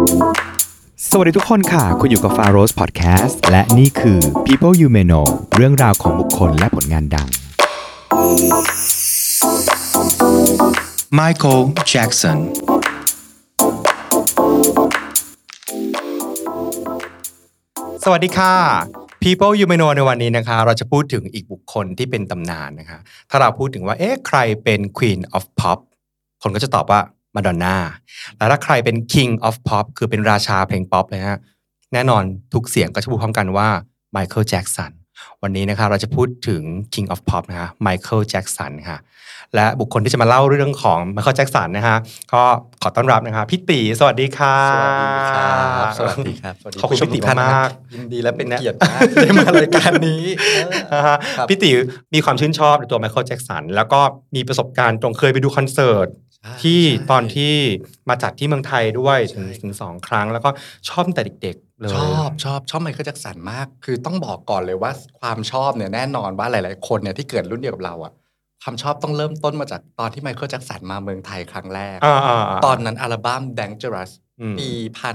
สวัสดีทุกคนค่ะคุณอยู่กับ Faros Podcast และนี่คือ People You May Know เรื่องราวของบุคคลและผลงานดัง Michael Jackson สวัสดีค่ะ People You May Know ในวันนี้นะคะเราจะพูดถึงอีกบุคคลที่เป็นตำนานนะคะถ้าเราพูดถึงว่าใครเป็น Queen of Pop คนก็จะตอบว่ามาดอนน่าแล้วถ้าใครเป็น King of Pop คือเป็นราชาเพลงป๊อปเลยฮะแน่นอนทุกเสียงก็จะพูดพร้อมกันว่า Michael Jackson วันนี้นะคะเราจะพูดถึง King of Pop นะคะ Michael Jackson ค่ะและบุคคลที่จะมาเล่าเรื่องของ Michael Jackson นะคะก็ขอต้อนรับนะคะพี่ตีสวัสดีค่ะสวัสดีครับขอบคุณพี่ตีมากยินดีและเป็นเกียรติมากที่ได้มารายการนี้พี่ตีมีความชื่นชอบในตัว Michael Jackson แล้วก็มีประสบการณ์ตรงเคยไปดูคอนเสิร์ตที่ตอนที่มาจัดที่เมืองไทยด้วยถึง2 ครั้งแล้วก็ชอบตั้งแต่เด็กๆเลยชอบไมเคิลแจ็คสันมากคือต้องบอกก่อนเลยว่าความชอบเนี่ยแน่นอนว่าหลายๆคนเนี่ยที่เกิดรุ่นเดียวกับเราอะความชอบต้องเริ่มต้นมาจากตอนที่ไมเคิลแจ็คสันมาเมืองไทยครั้งแรกตอนนั้นอัลบั้ม Dangerous ปี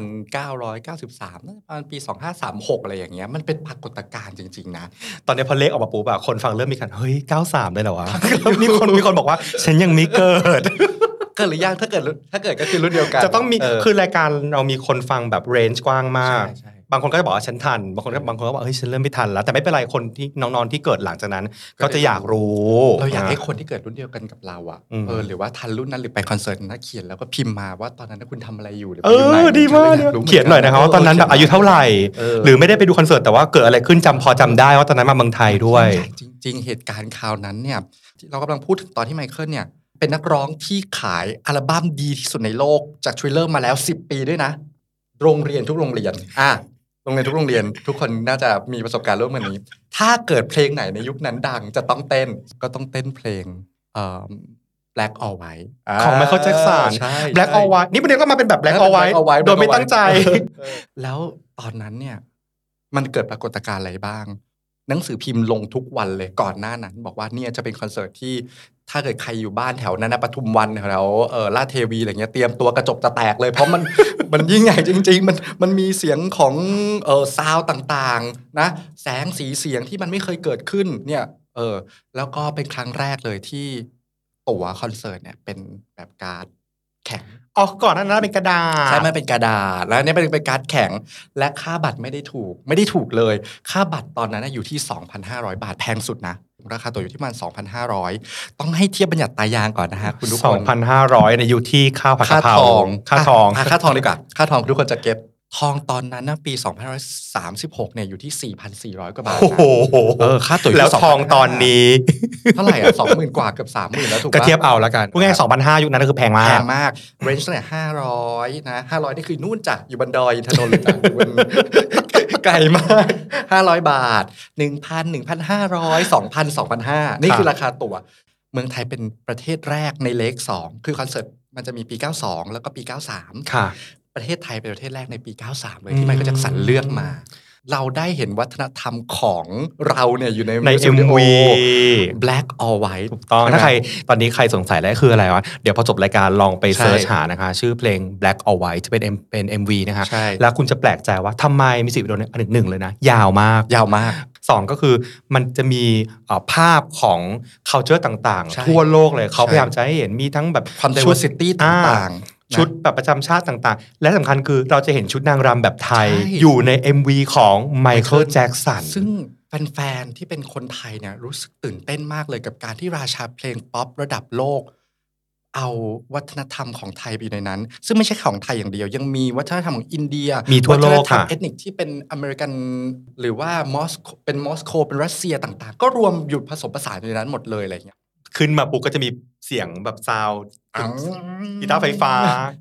1993น่าจะประมาณปี2536อะไรอย่างเงี้ยมันเป็นปรากฏการณ์จริงๆนะตอนนี้พอเลขออกมาปุ๊บอะคนฟังเริ่มมีกันเฮ้ย93ได้เหรอวะ มีคนบอกว่าฉันยังไม่เกิดหรือยังถ้าเกิดก็คือรุ่นเดียวกันจะต้องมีคือรายการเรามีคนฟังแบบเรนจ์กว้างมากบางคนก็จะบอกว่าฉันทันบางคนก็บอกเฮ้ยฉันเริ่มไม่ทันแล้วแต่ไม่เป็นไรคนที่น้องๆที่เกิดหลังจากนั้นก็จะอยากรู้เราอยากให้คนที่เกิดรุ่นเดียวกันกับเราอะหรือว่าทันรุ่นนั้นหรือไปคอนเสิร์ตนั้นเขียนแล้วก็พิมพ์มาว่าตอนนั้นคุณทำอะไรอยู่หรือดีมากเขียนหน่อยนะครับว่าตอนนั้นแบบอายุเท่าไหร่หรือไม่ได้ไปดูคอนเสิร์ตแต่ว่าเกิดอะไรขึ้นพอจำได้ว่าตอนนั้นมาเมืองไทยด้วยจริงๆเหตุการณ์คราวนั้นเนี่ยเรากำลังพูดถึงตอนที่ไมเคิลเนี่ยเป็นนักร้องที่ขายอัลบั้มดีที่สุดในโลกจากทริลเลอร์มาแล้ว10 ปีด้วยนะโรงเรียนทุกโรงเรียนโรงเรียนทุกโรงเรียนทุกคนน่าจะมีประสบการณ์ร่วมกันนี้ถ้าเกิดเพลงไหนในยุคนั้นดังจะต้องเต้นเพลงBlack or White ของ Michael Jackson Black or White นี่ประเด็นก็มาเป็นแบบ Black or White โดยไม่ตั้งใจแล้วตอนนั้นเนี่ยมันเกิดปรากฏการณ์อะไรบ้างหนังสือพิมพ์ลงทุกวันเลยก่อนหน้านั้นบอกว่าเนี่ยจะเป็นคอนเสิร์ตที่ถ้าเกิดใครอยู่บ้านแถวนั้นนะปทุมวันแถวลาดเทวีอะไรเงี้ยเตรียมตัวกระจกจะแตกเลยเพราะมันยิ่งใหญ่จริงๆมันมีเสียงของซาวด์ต่างๆนะแสงสีเสียงที่มันไม่เคยเกิดขึ้นเนี่ยแล้วก็เป็นครั้งแรกเลยที่ตั๋วคอนเสิร์ตเนี่ยเป็นแบบการ์ดแข็งก่อนหน้านั้นเป็นกระดาษใช่มันเป็นกระดาษแล้วเนี่ยเป็นการ์ดแข็งและค่าบัตรไม่ได้ถูกเลยค่าบัตรตอนนั้นอยู่ที่ 2,500 บาทแพงสุดนะราคาตั๋วอยู่ที่ประมาณ 2,500 ต้องให้เทียบบัญญัติตายางก่อนนะฮะคุณทุกคน 2,500 ในอยู่ที่ค่าผัดกะเพราค่าทองดีกว่าค่าทองทุกคนจะเก็ตทองตอนนั้นนะปี2536เนี่ยอยู่ที่ 4,400 กว่าบาทนะค่าตั๋วแล้วทองตอนนี้เท่าไหร่20,000 กว่าเกือบ 30,000 แล้วถูกป่ะก็เทียบเอาแล้วกันพูดง่ายๆ 2,500 ยุคนั้นก็คือแพงมากเรนจ์ตั้งแต่500นะ500นี่คือนู่นจ้ะอยู่บนดอยอินทนนท์จ้ะไกลมาก500 บาท 1,000 1,500 2,000 2,500 นี่คือราคาตั๋วเมืองไทยเป็นประเทศแรกในเลข2คือคอนเสิร์ตมันจะมีปี92แล้วก็ปี93 ค่ะประเทศไทยเป็นประเทศแรกในปี93เลยที่ไมเคิลแจ็คสันเลือกมาเราได้เห็นวัฒนธรรมของเราเนี่ยอยู่ใน MV Black or White ถูกต้องถ้าใครตอนนี้ใครสงสัยแล้วคืออะไรวะเดี๋ยวพอจบรายการลองไปเสิร์ชหานะคะชื่อเพลง Black or White จะเป็น MV นะคะแล้วคุณจะแปลกใจว่าทำไมมิวสิกวิดีโออันหนึ่งเลยนะยาวมาก2ก็คือมันจะมีภาพของ culture ต่างๆทั่วโลกเลยเขาพยายามจะให้เห็นมีทั้งแบบความ diversity ต่างๆชุดแบบประจำชาติต่างๆและสำคัญคือเราจะเห็นชุดนางรำแบบไทยอยู่ใน MV ของ Michael Jackson ซึ่งแฟนๆที่เป็นคนไทยเนี่ยรู้สึกตื่นเต้นมากเลยกับการที่ราชาเพลงป๊อประดับโลกเอาวัฒนธรรมของไทยไปอยู่ในนั้นซึ่งไม่ใช่ของไทยอย่างเดียวยังมีวัฒนธรรมของอินเดียมีทั่วโลกค่ะวัฒนธรรมเอทนิคที่เป็นอเมริกันหรือว่ามอสโกเป็นรัสเซียต่างๆก็รวมอยู่ผสมผสานอยู่ในนั้นหมดเลยอะไรเงี้ยขึ้นมาปุ๊บก็จะมีเสียงแบบซาวด์กีตาร์ไฟฟ้า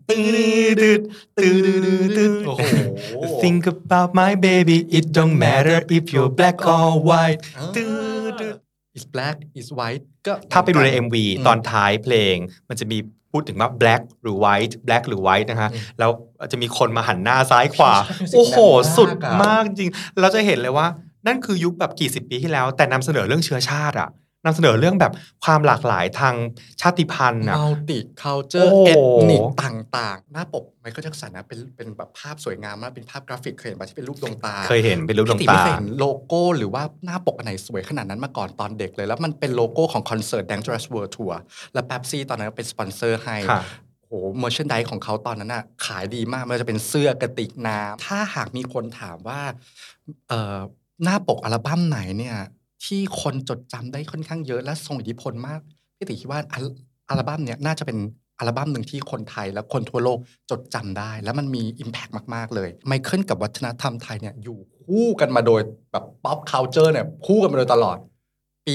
โอ้โห Think about my baby it don't matter if you're black or white is black is white ก็ถ้าไปดูใน MV ตอนท้ายเพลงมันจะมีพูดถึงว่า black หรือ white หรือ white นะคะแล้วจะมีคนมาหันหน้าซ้ายขวาโอ้โหสุดมากจริงเราจะเห็นเลยว่านั่นคือยุคแบบกี่สิบปีที่แล้วแต่นำเสนอเรื่องเชื้อชาติอะนำเสนอเรื่องแบบความหลากหลายทางชาติพันธุ์นะ multi culture โอ้ ethnic ต่างๆหน้าปกไมเคิลแจ็คสันนะเป็นแบบภาพสวยงามมากเป็นภาพกราฟิกเคยเห็นป่ะที่เป็นรูปดวงตาเคยเห็นเป็นรูปดวงพี่ตาไม่เคยเห็นโลโก้หรือว่าหน้าปกอันไหนสวยขนาดนั้นมาก่อนตอนเด็กเลยแล้วมันเป็นโลโก้ของคอนเสิร์ต Dangerous World Tour และ Pepsi ตอนนั้นเป็นสปอนเซอร์ให้ค่ะโหเมอร์ชันไดของเขาตอนนั้นน่ะขายดีมากไม่ว่าจะเป็นเสื้อกระติกน้ำถ้าหากมีคนถามว่าหน้าปกอัลบั้มไหนเนี่ยที่คนจดจำได้ค่อนข้างเยอะและทรงอิทธิพลมากพี่ติคิดว่าอัลบั้มเนี่ยน่าจะเป็นอัลบั้มหนึ่งที่คนไทยและคนทั่วโลกจดจำได้แล้วมันมี impact มากๆเลยไมเคิลกับวัฒนธรรมไทยเนี่ยอยู่คู่กันมาโดยแบบ pop culture เนี่ยคู่กันมาโดยตลอดปี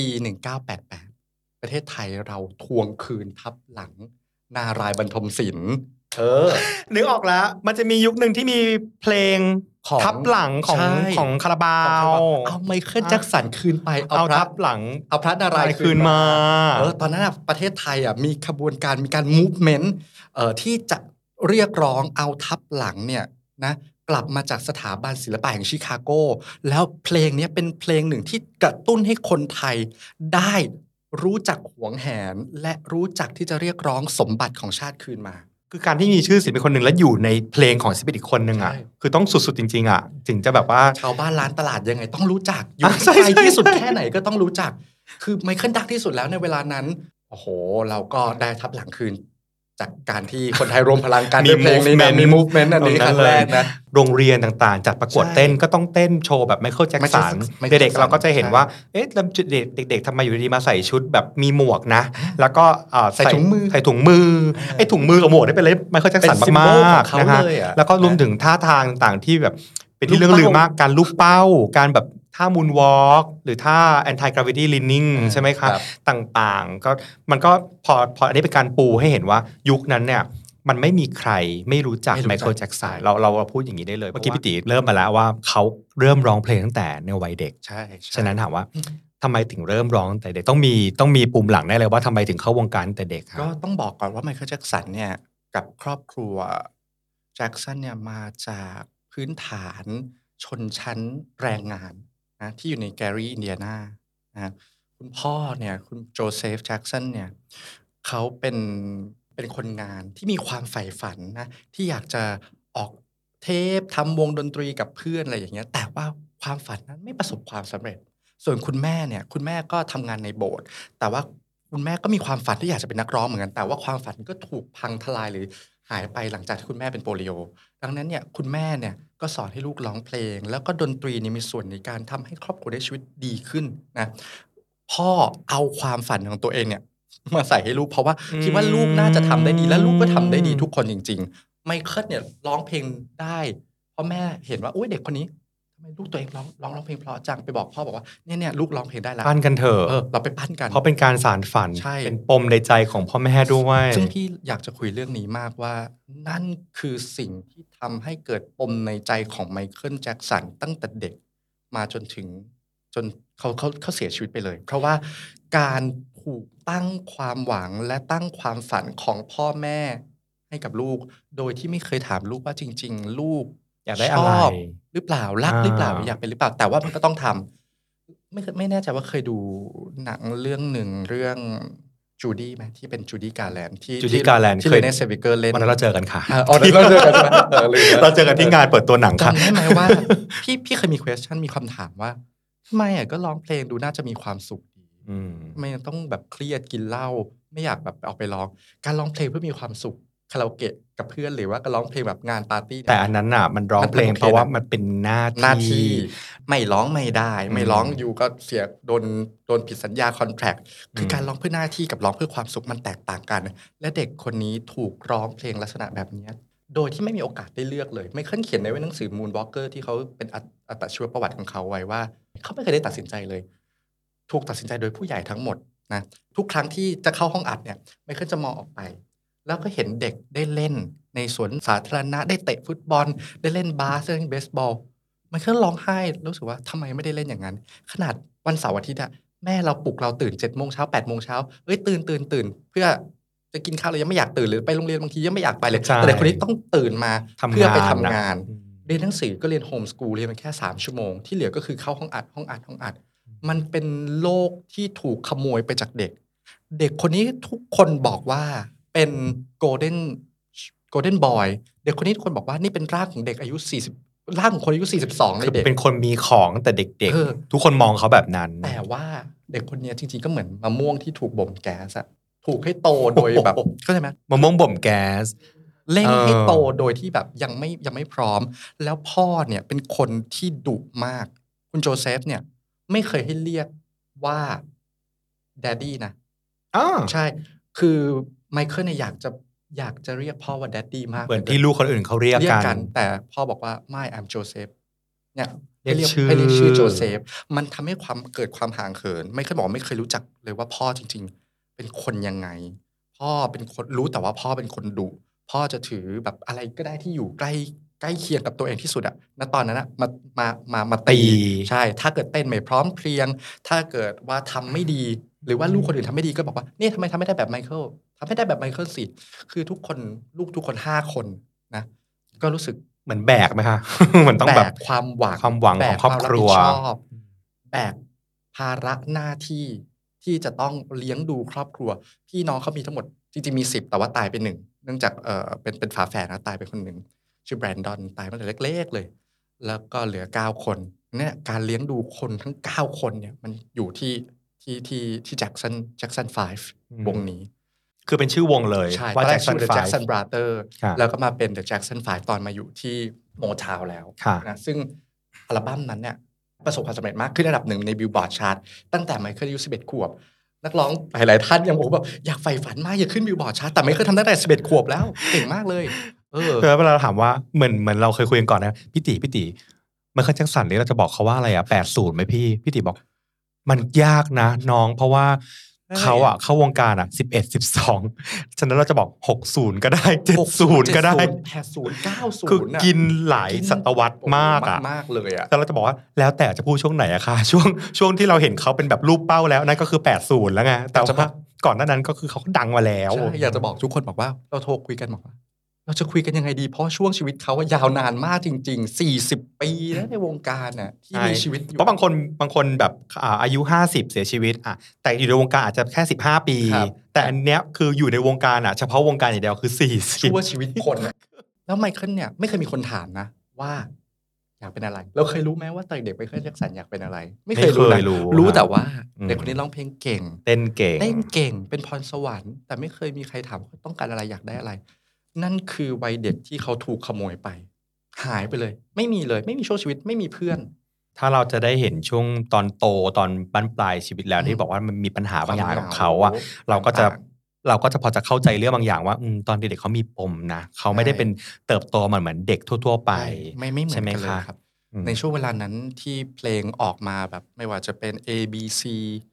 1988 ประเทศไทยเราทวงคืนทับหลังนารายณ์บรรทมศิลป์นึกออกแล้วมันจะมียุคหนึ่งที่มีเพลงทับหลังของคาราบาวเอาไมเคิลแจ็คสันคืนไปเอาทับหลังเอาพระนารายณ์คืนมาตอนนั้นประเทศไทยมีขบวนการมีการ movement ที่จะเรียกร้องเอาทับหลังเนี่ยนะกลับมาจากสถาบันศิลปะแห่งชิคาโกแล้วเพลงนี้เป็นเพลงหนึ่งที่กระตุ้นให้คนไทยได้รู้จักหวงแหนและรู้จักที่จะเรียกร้องสมบัติของชาติคืนมาคือการที่มีชื่อศิลปินคนหนึ่งและอยู่ในเพลงของศิลปินอีกคนหนึ่งอ่ะคือต้องสุดๆจริงๆอ่ะถึงจะแบบว่าชาวบ้านร้านตลาดยังไงต้องรู้จักอยู่ไกลที่สุดแค่ไหนก็ต้องรู้จักคือไมเคิลดังที่สุดแล้วในเวลานั้นโอ้โหเราก็ได้ทับหลังคืนจากการที่คนไทยรวมพลังกันด้วยเพลงนี้มี movement อันนี้ครั้งแรกนะโรงเรียนต่างๆจัดประกวดเต้นก็ต้องเต้นโชว์แบบไมเคิลแจ็คสันเด็กๆเราก็จะเห็นว่าเอ๊ะเด็กๆทำไมอยู่ดีๆมาใส่ชุดแบบมีหมวกนะแล้วก็ใส่ถุงมือไอ้ถุงมือกับหมวกนี่เป็นเลยไมเคิลแจ็คสันมากๆนะฮะแล้วก็รวมถึงท่าทางต่างๆที่แบบเป็นที่เรื่องลือมากการลูกเป้าการแบบท่ามูนวอล์กหรือท่า anti gravity leaning ใช่ไหมครับต่างๆก็มันก็พออันนี้เป็นการปูให้เห็นว่ายุคนั้นเนี่ยมันไม่มีใครไม่รู้จักไมเคิลแจ็คสันเราพูดอย่างนี้ได้เลยเมื่อกี้พี่ติเริ่มมาแล้วว่าเขาเริ่มร้องเพลงตั้งแต่ในวัยเด็กใช่ฉะนั้นถามว่าทำไมถึงเริ่มร้องแต่เด็กต้องมีปุ่มหลังได้เลยว่าทำไมถึงเข้าวงการแต่เด็กก็ต้องบอกก่อนว่าไมเคิลแจ็คสันเนี่ยกับครอบครัวแจ็คสันเนี่ยมาจากพื้นฐานชนชั้นแรงงานนะที่อยู่ในแกรี่อินเดียนานะคุณพ่อเนี่ยคุณโจเซฟแจ็คสันเนี่ยเขาเป็นคนงานที่มีความใฝ่ฝันนะที่อยากจะออกเทปทำวงดนตรีกับเพื่อนอะไรอย่างเงี้ยแต่ว่าความฝันนั้นไม่ประสบความสำเร็จส่วนคุณแม่เนี่ยคุณแม่ก็ทำงานในโบสถ์แต่ว่าคุณแม่ก็มีความฝันที่อยากจะเป็นนักร้องเหมือนกันแต่ว่าความฝันก็ถูกพังทลายหรือหายไปหลังจากที่คุณแม่เป็นโปลิโอดังนั้นเนี่ยคุณแม่เนี่ยก็สอนให้ลูกร้องเพลงแล้วก็ดนตรีนี่มีส่วนในการทำให้ครอบครัวได้ชีวิตดีขึ้นนะพ่อเอาความฝันของตัวเองเนี่ยมาใส่ให้ลูกเพราะว่าคิดว่าลูกน่าจะทำได้ดีและลูกก็ทำได้ดีทุกคนจริงๆไมเคิลเนี่ยร้องเพลงได้เพราะแม่เห็นว่าอุ้ยเด็กคนนี้ทำไมลูกตัวเองร้องเพลงเพราะจังไปบอกพ่อบอกว่าเนี่ยลูกร้องเพลงได้แล้วปั้นกันเถอะเราไปปั้นกันเพราะเป็นการสานฝันเป็นปมในใจของพ่อแม่ด้วยซึ่งพี่อยากจะคุยเรื่องนี้มากว่านั่นคือสิ่งที่ทำให้เกิดปมในใจของไมเคิลแจ็คสันตั้งแต่เด็กมาจนเขาเสียชีวิตไปเลยเพราะว่าการถูกตั้งความหวังและตั้งความฝันของพ่อแม่ให้กับลูกโดยที่ไม่เคยถามลูกว่าจริงๆลูกอยากได้อะไรหรือเปล่ารักหรือเปล่าอยากเป็นหรือเปล่าแต่ว่ามันก็ต้องทำไม่แน่ใจว่าเคยดูหนังเรื่องหนึ่งเรื่องจูดี้ไหมที่เป็นจูดี้การ์แลนด์ที่เลเนสเซวิเกอร์เล่นวันนั้นเราเจอกันค่ะเราเจอกันใช่ไหมเราเจอกันที่งานเปิดตัวหนังค่ะจำได้ไหมว่าพี่เคยมี question มีคำถามว่าทำไมก็ร้องเพลงดูน่าจะมีความสุขดีไม่ต้องแบบเครียดกินเหล้าไม่อยากแบบออกไปร้องการร้องเพลงเพื่อมีความสุขคาราโอเกะกับเพื่อนหรือว่าก็ร้องเพลงแบบงานปาร์ตี้แต่อันนั้นน่ะมันร้องเพลงเพราะว่ามันเป็นหน้าที่ไม่ร้องไม่ได้ไม่ร้องอยู่ก็เสียโดนผิดสัญญาคอนแทรคคือการร้องเพื่อหน้าที่กับร้องเพื่อความสุขมันแตกต่างกันและเด็กคนนี้ถูกร้องเพลงลักษณะแบบนี้โดยที่ไม่มีโอกาสได้เลือกเลยไม่เคยเขียนในหนังสือ Moonwalker ที่เขาเป็นอัตชีวประวัติของเขาไว้ว่าเขาไม่เคยได้ตัดสินใจเลยถูกตัดสินใจโดยผู้ใหญ่ทั้งหมดนะทุกครั้งที่จะเข้าห้องอัดเนี่ยไม่เคยจะมองออกไปแล้วก็เห็นเด็กได้เล่นในสวนสาธารณะได้เตะฟุตบอลได้เล่นบาสเล่นเบสบอลมันก็ร้องไห้รู้สึกว่าทำไมไม่ได้เล่นอย่างนั้นขนาดวันเสาร์อาทิตย์อะแม่เราปลุกเราตื่น 7 โมงเช้า 8 โมงเช้าตื่นเพื่อจะกินข้าวเรายังไม่อยากตื่นหรือไปโรงเรียนบางทียังไม่อยากไปเลยแต่เด็กคนนี้ต้องตื่นมาเพื่อไปทำงานเรียนหนังสือก็เรียนโฮมสกูลเรียนมันแค่3 ชั่วโมงที่เหลือก็คือเข้าห้องอัดมันเป็นโลกที่ถูกขโมยไปจากเด็กเด็กคนนี้ทุกคนบอกว่าเป็นโกลเด้นบอยเด็กคนนี้ทุกคนบอกว่านี่เป็นร่างของเด็กอายุ40ร่างของคนอายุ42ในเด็กเป็นคนมีของแต่เด็กๆทุกคนมองเขาแบบนั้นแต่ว่าเด็กคนนี้จริงๆก็เหมือนมะม่วงที่ถูกบ่มแก๊สอะถูกให้โตโดยแบบเข้าใจไหมมะม่วงบ่มแก๊สเร่งให้โตโดยที่แบบยังไม่พร้อมแล้วพ่อเนี่ยเป็นคนที่ดุมากคุณโจเซฟเนี่ยไม่เคยให้เรียกว่าแดดดี้นะใช่คือไมเคิลเนี่ยอยากจะเรียกพ่อว่าแดดดี้มากเหมือนที่ลูกคนอื่นเขาเรียกกันแต่พ่อบอกว่าไม่ I'm Joseph เนี่ยให้เรียกชื่อโจเซฟมันทำให้เกิดความห่างเหินไม่เคยบอกไม่เคยรู้จักเลยว่าพ่อจริงๆเป็นคนยังไงพ่อเป็นคนรู้แต่ว่าพ่อเป็นคนดุพ่อจะถือแบบอะไรก็ได้ที่อยู่ใกล้เคียงกับตัวเองที่สุดอะณตอนนั้นอะมาตีใช่ถ้าเกิดเต้นไม่พร้อมเพรียงถ้าเกิดว่าทำไม่ดีหรือว่าลูกคนอื่นทำไม่ดีก็บอกว่านี่ทำไมทำไม่ได้แบบไมเคิลทำไม่ได้แบบไมเคิลสิคือทุกคนลูกทุกคน5 คนนะก็รู้สึกเหมือนแบกไหมคะมันต้องแบบความหวังของครอบครัวแบกภาระหน้าที่จะต้องเลี้ยงดูครอบครัวพี่น้องเขามีทั้งหมดจริงๆมี10แต่ว่าตายไป1เนื่องจากเป็นฝาแฝดนะตายไปคนหนึ่งชื่อแบรนดอนตายมาแต่เล็กๆเลยแล้วก็เหลือ9 คนเนี่ยการเลี้ยงดูคนทั้ง9 คนเนี่ยมันอยู่ที่แจ็คสัน5วงนี้คือเป็นชื่อวงเลยว่า Jackson Brother แล้วก็มาเป็น The Jackson 5ตอนมาอยู่ที่โมทาวน์แล้วนะซึ่งอัลบั้มนั้นเนี่ยประสบความสำเร็จมากขึ้นระดับ1ในบิลบอร์ดชาร์ตตั้งแต่ไมเคิลอายุ11 ขวบนักร้องหลายๆท่านยังบอกแบบอยากใฝ่ฝันมากอยากขึ้นบิลบอร์ดชาร์ตแต่ไม่เคยทำตั้งแต่11 ขวบแล้วเก่งมากเลยเวลาเราถามว่าเหมือนเราเคยคุยกันก่อนนะพี่ตีไมเคิลแจ็คสันนี่เราจะบอกเขาว่าอะไรอะ80ไหมพี่ตีบอกมันยากนะน้องเพราะว่าเขาอะเข้าวงการอะ11 12ฉะนั้นเราจะบอก60ก็ได้70ก็ได้ 80 90 คือกินหลายศตวรรษมากอะมากเลยอะแต่เราจะบอกว่าแล้วแต่จะพูดช่วงไหนอะค่ะช่วงที่เราเห็นเขาเป็นแบบรูปเป้าแล้วนั่นก็คือ80แล้วไงแต่ว่าก่อนหน้านั้นก็คือเขาดังมาแล้วอยากจะบอกทุกคนบอกว่าเราโทรคุยกันบอกว่าเราจะคุยกันยังไงดีเพราะช่วงชีวิตเขายาวนานมากจริงๆ40 ปีแล้วในวงการน่ะที่มีชีวิตอยู่เพราะบางคนแบบอายุ50เสียชีวิตอะแต่อยู่ในวงการอาจจะแค่15 ปีแต่อันเนี้ยคืออยู่ในวงการอะเฉพาะวงการอย่างเดียวคือ40 ชั่วชีวิตคนแล้วไมเคิลเนี่ยไม่เคยมีคนถามนะว่าอยากเป็นอะไรเราเคยรู้ไหมว่าตอนเด็กไมเคิลแจ็คสันอยากเป็นอะไรไม่เคยรู้แต่ว่าเด็กคนนี้ร้องเพลงเก่งเต้นเก่งเป็นพรสวรรค์แต่ไม่เคยมีใครถามว่าต้องการอะไรอยากได้อะไรนั่นคือวัยเด็กที่เขาถูกขโมยไปหายไปเลยไม่มีเลยไม่มีช่วงชีวิตไม่มีเพื่อนถ้าเราจะได้เห็นช่วงตอนโตตอนบั้นปลายชีวิตแล้วที่บอกว่ามันมีปัญหาบางอย่างกับเขาอะเราก็จะพอจะเข้าใจเรื่องบางอย่างว่าตอนเด็กๆเขามีปมนะเขาไม่ได้เป็นเติบโตเหมือนเด็กทั่วๆไปไม่เหมือนกันเลยครับในช่วงเวลานั้นที่เพลงออกมาแบบไม่ว่าจะเป็น ABC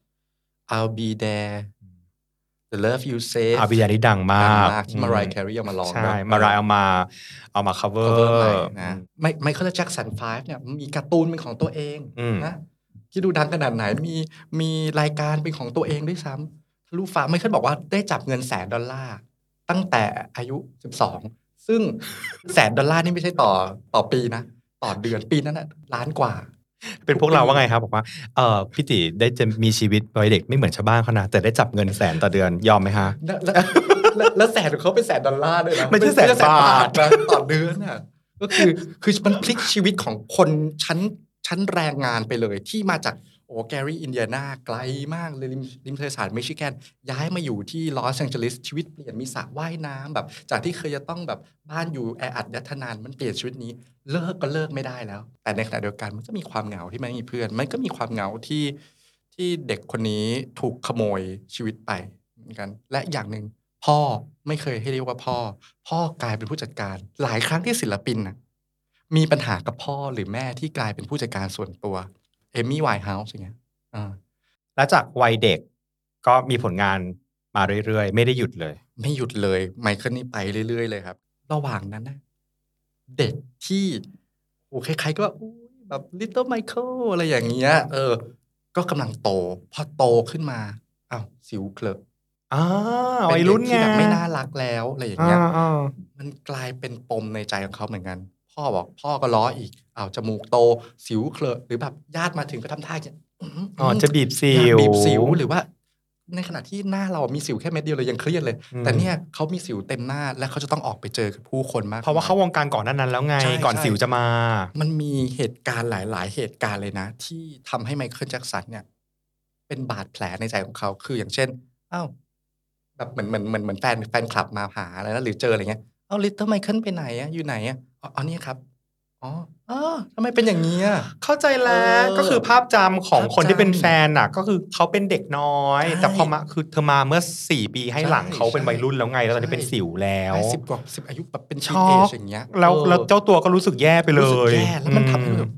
I'll Be There The Love You Say อาบิยานี่ดังมากที่มารายแครีเอามาร้องใช่มารายเอามา cover นะไมเคิลแจ็คสัน5เนี่ยมีการ์ตูนเป็นของตัวเองนะที่ดูดังขนาดไหนมีรายการเป็นของตัวเองด้วยซ้ำทะลุฟ้าไมเคิลบอกว่าได้จับเงิน$100,000ตั้งแต่อายุ12ซึ่ง$100,000นี่ไม่ใช่ต่อปีนะต่อเดือนปีนั้นล้านกว่าเป็นพวกเราว่าไงครับบอกว่าพี่ติได้จะมีชีวิตวัยเด็กไม่เหมือนชาวบ้านเขานะแต่ได้จับเงิน100,000ต่อเดือนยอมไหมฮะแล้วแสนของเขาเป็น$100,000ด้วยนะไม่ใช่100,000 บาทนะต่อเดือนน่ะก็คือมันพลิกชีวิตของคนชั้นแรงงานไปเลยที่มาจากแกรี่อินเดียนาไกลมากเลยริมทะเลสาบมิชิแกนย้ายมาอยู่ที่ลอสแองเจลิสชีวิตเปลี่ยนมีสระว่ายน้ำแบบจากที่เคยจะต้องแบบบ้านอยู่แออัดยัดทนานมันเปลี่ยนชีวิตนี้เลิกก็เลิกไม่ได้แล้วแต่ในขณะเดียวกันมันก็มีความเหงาที่ไม่มีเพื่อนมันก็มีความเหงาที่เด็กคนนี้ถูกขโมยชีวิตไปเหมือนกันและอย่างหนึ่งพ่อไม่เคยให้เรียกว่าพ่อกลายเป็นผู้จัดการหลายครั้งที่ศิลปินน่ะมีปัญหากับพ่อหรือแม่ที่กลายเป็นผู้จัดการส่วนตัวเอมี่ไวน์เฮาส์อย่างเงี้ยแล้วจากวัยเด็กก็มีผลงานมาเรื่อยๆไม่ได้หยุดเลยไมเคิลนี่ไปเรื่อยๆเลยครับระหว่างนั้นนะเด็กที่ใครๆก็แบบ Little Michael อะไรอย่างเงี้ยก็กำลังโตพอโตขึ้นมาสิวเคลอะวัยรุ่นไงแบบไม่น่ารักแล้วอะไรอย่างเงี้ยมันกลายเป็นปมในใจของเขาเหมือนกันพ่อก็ล้ออีกจมูกโตสิวเคลอะหรือแบบญาติมาถึงก็ทำท่าอ๋อจะบีบสิวบีบสิวหรือว่าในขณะที่หน้าเรามีสิวแค่เม็ดเดียวเลยยังเครียดเลยแต่เนี่ยเขามีสิวเต็มหน้าและเขาจะต้องออกไปเจอกับผู้คนมากเพราะว่าเข้าวงการก่อนนั้นแล้วไงก่อนสิวจะมามันมีเหตุการณ์หลายๆเหตุการณ์เลยนะที่ทำให้ไมเคิลแจ็คสันเนี่ยเป็นบาดแผลในใจของเขาคืออย่างเช่นอ้าวแบบเหมือนแฟนคลับมาหาอะไรนะหรือเจออะไรเงี้ยอ้าวลิตเติ้ลไมเคิลไปไหนอะอยู่ไหนอะอ๋อเนี่ยครับอ๋อทำไมเป็นอย่างนี้อะเข้าใจแล้วก็คือภาพจำของคนที่เป็นแฟนน่ะก็คือเขาเป็นเด็กน้อยแต่พอมาคือเธอมาเมื่อ4 ปีให้หลังเขาเป็นวัยรุ่นแล้วไงแล้วตอนนี้เป็นสิวแล้ว 10 อายุแบบเป็นช็ทีนเออจกอย่างเงี้ยแล้วเจ้าตัวก็รู้สึกแย่ไปเลรู้สึกยแย่แล้วมันทำให้แบบ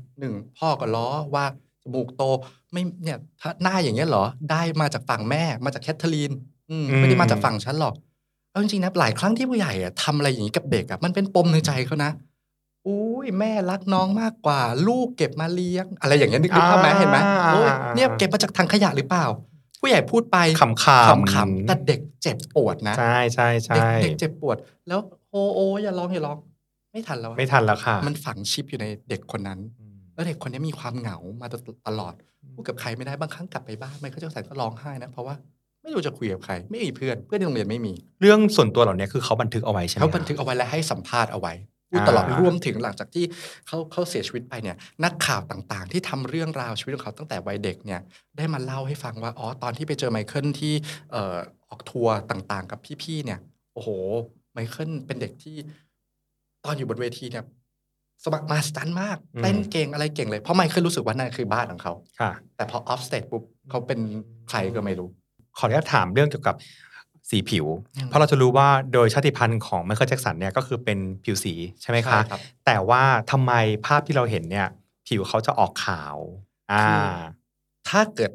1พ่อก็ล้อว่าจมูกโตไม่เนี่ยถ้าหน้าอย่างเงี้ยเหรอได้มาจากฝั่งแม่มาจากแคทเธอรีนไม่ได้มาจากฝั่งฉันหรอกเอาจริงๆนะหลายครั้งที่ผู้ใหญ่อะทำอะไรอย่างนี้กับเด็กอะมันเป็นปมในใจเขานะอุ้ยแม่รักน้องมากกว่าลูกเก็บมาเลี้ยงอะไรอย่างเงี้ยนึกภาพไหมเห็นไหมโอ้ยเนี่ยเก็บมาจากถังขยะหรือเปล่าผู้ใหญ่พูดไปขำๆแต่เด็กเจ็บปวดนะใช่ใช่ใช่เด็กเจ็บปวดแล้วโอ้อย่าร้องไม่ทันแล้วค่ะมันฝังชิปอยู่ในเด็กคนนั้นแล้วเด็กคนนี้มีความเหงามาตลอดพูดกับใครไม่ได้บางครั้งกลับไปบ้านไมเคิลแจ็คสันก็ร้องไห้นะเพราะว่าไม่รู้จะคุยกับใครไม่มีเพื่อนในโรงเรียนไม่มีเรื่องส่วนตัวเหล่านี้คือเขาบันทึกเอาไว้ใช่ไหมเขาบันทึกเอาไว้และให้สัมภาษณ์เอาไว้พูดตลอดรวมถึงหลังจากที่เขาเสียชีวิตไปเนี่ยนักข่าวต่างๆที่ทำเรื่องราวชีวิตของเขาตั้งแต่วัยเด็กเนี่ยได้มาเล่าให้ฟังว่าตอนที่ไปเจอไมเคิลที่ออกทัวร์ต่างๆกับพี่ๆเนี่ยโอ้โหไมเคิลเป็นเด็กที่ตอนอยู่บนเวทีเนี่ยสมัครมาสตันมากเต้นเก่งอะไรเก่งเลยเพราะไมเคิลรู้สึกว่านั่นคือบ้านของเขาแต่พอออฟสเตจปุ๊บเขาเป็นใครก็ไม่รู้ขออนุญาตถามเรื่องเกี่ยวกับสีผิวเพราะเราจะรู้ว่าโดยชาติพันธุ์ของไมเคิลแจ็คสันเนี่ยก็คือเป็นผิวสีใช่ไหมคะแต่ว่าทำไมภาพที่เราเห็นเนี่ยผิวเขาจะออกขาวถ้าเกิด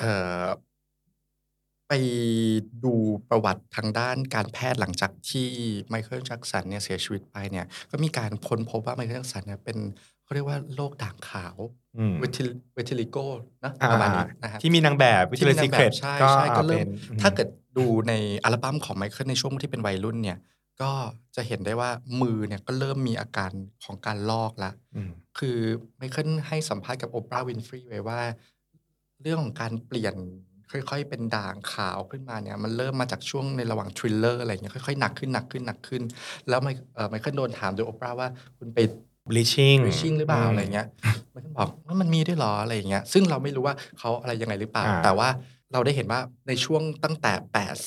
ไปดูประวัติทางด้านการแพทย์หลังจากที่ไมเคิลแจ็คสันเนี่ยเสียชีวิตไปเนี่ยก็มีการค้นพบว่าไมเคิลแจ็คสันเนี่ยเป็นเขาเรียกว่าโรคด่างขาวเวทิลิโกนะประมาณนี้นะครับที่มีนางแบบวิทยาลัยซีเครตใช่ก็เริ่มถ้าเกิดดูในอัลบั้มของไมเคิลในช่วงที่เป็นวัยรุ่นเนี่ยก็จะเห็นได้ว่ามือเนี่ยก็เริ่มมีอาการของการลอกแล้วคือไมเคิลให้สัมภาษณ์กับโอปราห์วินฟรีไว้ว่าเรื่องของการเปลี่ยนค่อยๆเป็นด่างขาวขึ้นมาเนี่ยมันเริ่มมาจากช่วงในระหว่างทริลเลอร์อะไรเงี้ยค่อยๆหนักขึ้นแล้วไมเคิลโดนถามโดยโอปราห์ว่าคุณไป bleaching หรือเปล่าอะไรเงี้ยไมเคิลบอกว่ามันมีด้วยหรออะไรอย่างเงี้ยซึ่งเราไม่รู้ว่าเขาอะไรยังไงหรือเปล่าแต่ว่าเราได้เห็นว่าในช่วงตั้งแต่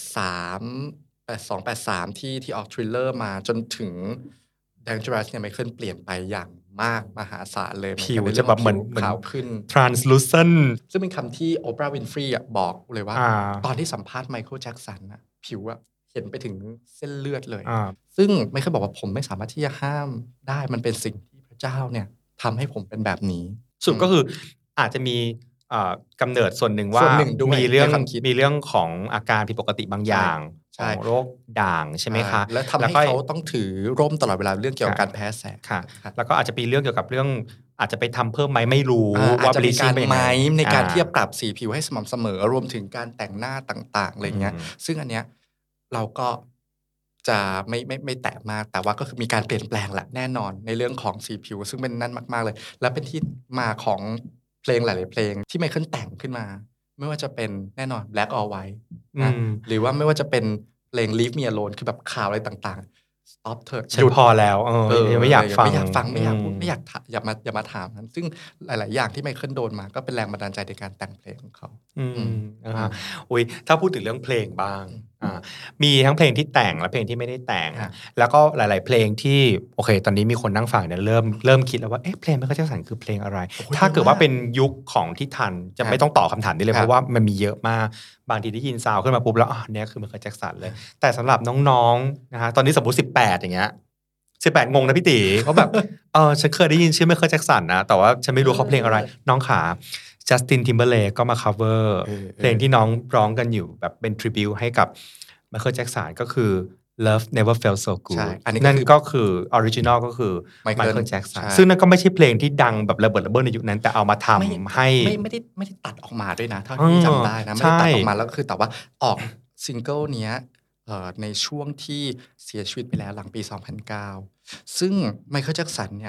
82 83ที่ออกทริลเลอร์มาจนถึง Dangerous เนี่ยไมเคิลเปลี่ยนไปอย่างมากมหาศาลเลยผิวจะแบบเหมือนขาวขึ้น translucent ซึ่งเป็นคำที่โอปราห์วินฟรีบอกเลยว่าตอนที่สัมภาษณ์ไมเคิลแจ็คสันนะผิวเห็นไปถึงเส้นเลือดเลยซึ่งไมเคิลบอกว่าผมไม่สามารถที่จะห้ามได้มันเป็นสิ่งที่พระเจ้าเนี่ยทำให้ผมเป็นแบบนี้สุดก็คืออาจจะมีกำเนิดส่วนหนึ่งว่ามีเรื่องของอาการผิดปกติบางอย่างของโรคด่างใช่ไหมคะและทำให้เขาต้องถือร่มตลอดเวลาเรื่องเกี่ยวกับการแพ้แสงค่ะแล้วก็อาจจะมีเรื่องเกี่ยวกับเรื่องอาจจะไปทำเพิ่มไหมไม่รู้ว่าจะมีการไหมในการที่จะปรับสีผิวให้สม่ำเสมอรวมถึงการแต่งหน้าต่างๆอะไรเงี้ยซึ่งอันเนี้ยเราก็จะไม่แตะมากแต่ว่าก็คือมีการเปลี่ยนแปลงแหละแน่นอนในเรื่องของสีผิวซึ่งเป็นนั่นมากๆเลยและเป็นที่มาของเพลงหลายๆเพลงที่ไมเคิลแต่งขึ้นมาไม่ว่าจะเป็นแน่นอน Black or White นะหรือว่าไม่ว่าจะเป็นเพลง Leave Me Alone คือแบบข่าวอะไรต่างๆ Stop เถอะฉันพอแล้วไม่อยากฟังไม่อยากพูดไม่อยากอย่ามาถามนั้นซึ่งหลายๆอย่างที่ไมเคิลโดนมาก็เป็นแรงบันดาลใจในการแต่งเพลงของเขาอุ้ยถ้าพูดถึงเรื่องเพลงบ้างมีทั้งเพลงที่แต่งและเพลงที่ไม่ได้แต่งแล้วก็หลายๆเพลงที่โอเคตอนนี้มีคนนั่งฟังเนี่ยเริ่มคิดแล้วว่าเพลงไมเคิลแจ็คสันคือเพลงอะไรถ้าเกิดว่าเป็นยุคของที่ทันจะไม่ต้องตอบคำถามนี้เลยเพราะว่ามันมีเยอะมากบางทีได้ยินซาวขึ้นมาปุ๊บแล้วเนี่ยคือไมเคิลแจ็คสันเลยแต่สำหรับน้องๆนะฮะตอนนี้สมมติ18อย่างเงี้ย18งงนะพี่ตีเขาแบบฉันเคยได้ยินชื่อไมเคิลแจ็คสันนะแต่ว่าฉันไม่รู้เขาเพลงอะไรน้องขาจัสตินทิมเบอร์เลกก็มา cover เพลงที่น้องร้องกันอยู่แบบเป็น tribute ให้กับไมเคิลแจ็คสันก็คือ Love Never Felt So Good นั่นก็คือ original ก็คือไมเคิลแจ็คสันซึ่งนั่นก็ไม่ใช่เพลงที่ดังแบบระเบิดระเบ้อในยุคนั้นแต่เอามาทำให้ไม่ได้ตัดออกมาด้วยนะเท่าที่จำได้นะไม่ได้ตัดออกมาแล้วก็คือแต่ว่าออกซิงเกิลเนี้ยในช่วงที่เสียชีวิตไปแล้วหลังปี 2009 ซึ่งไมเคิลแจ็คสันเนี่ย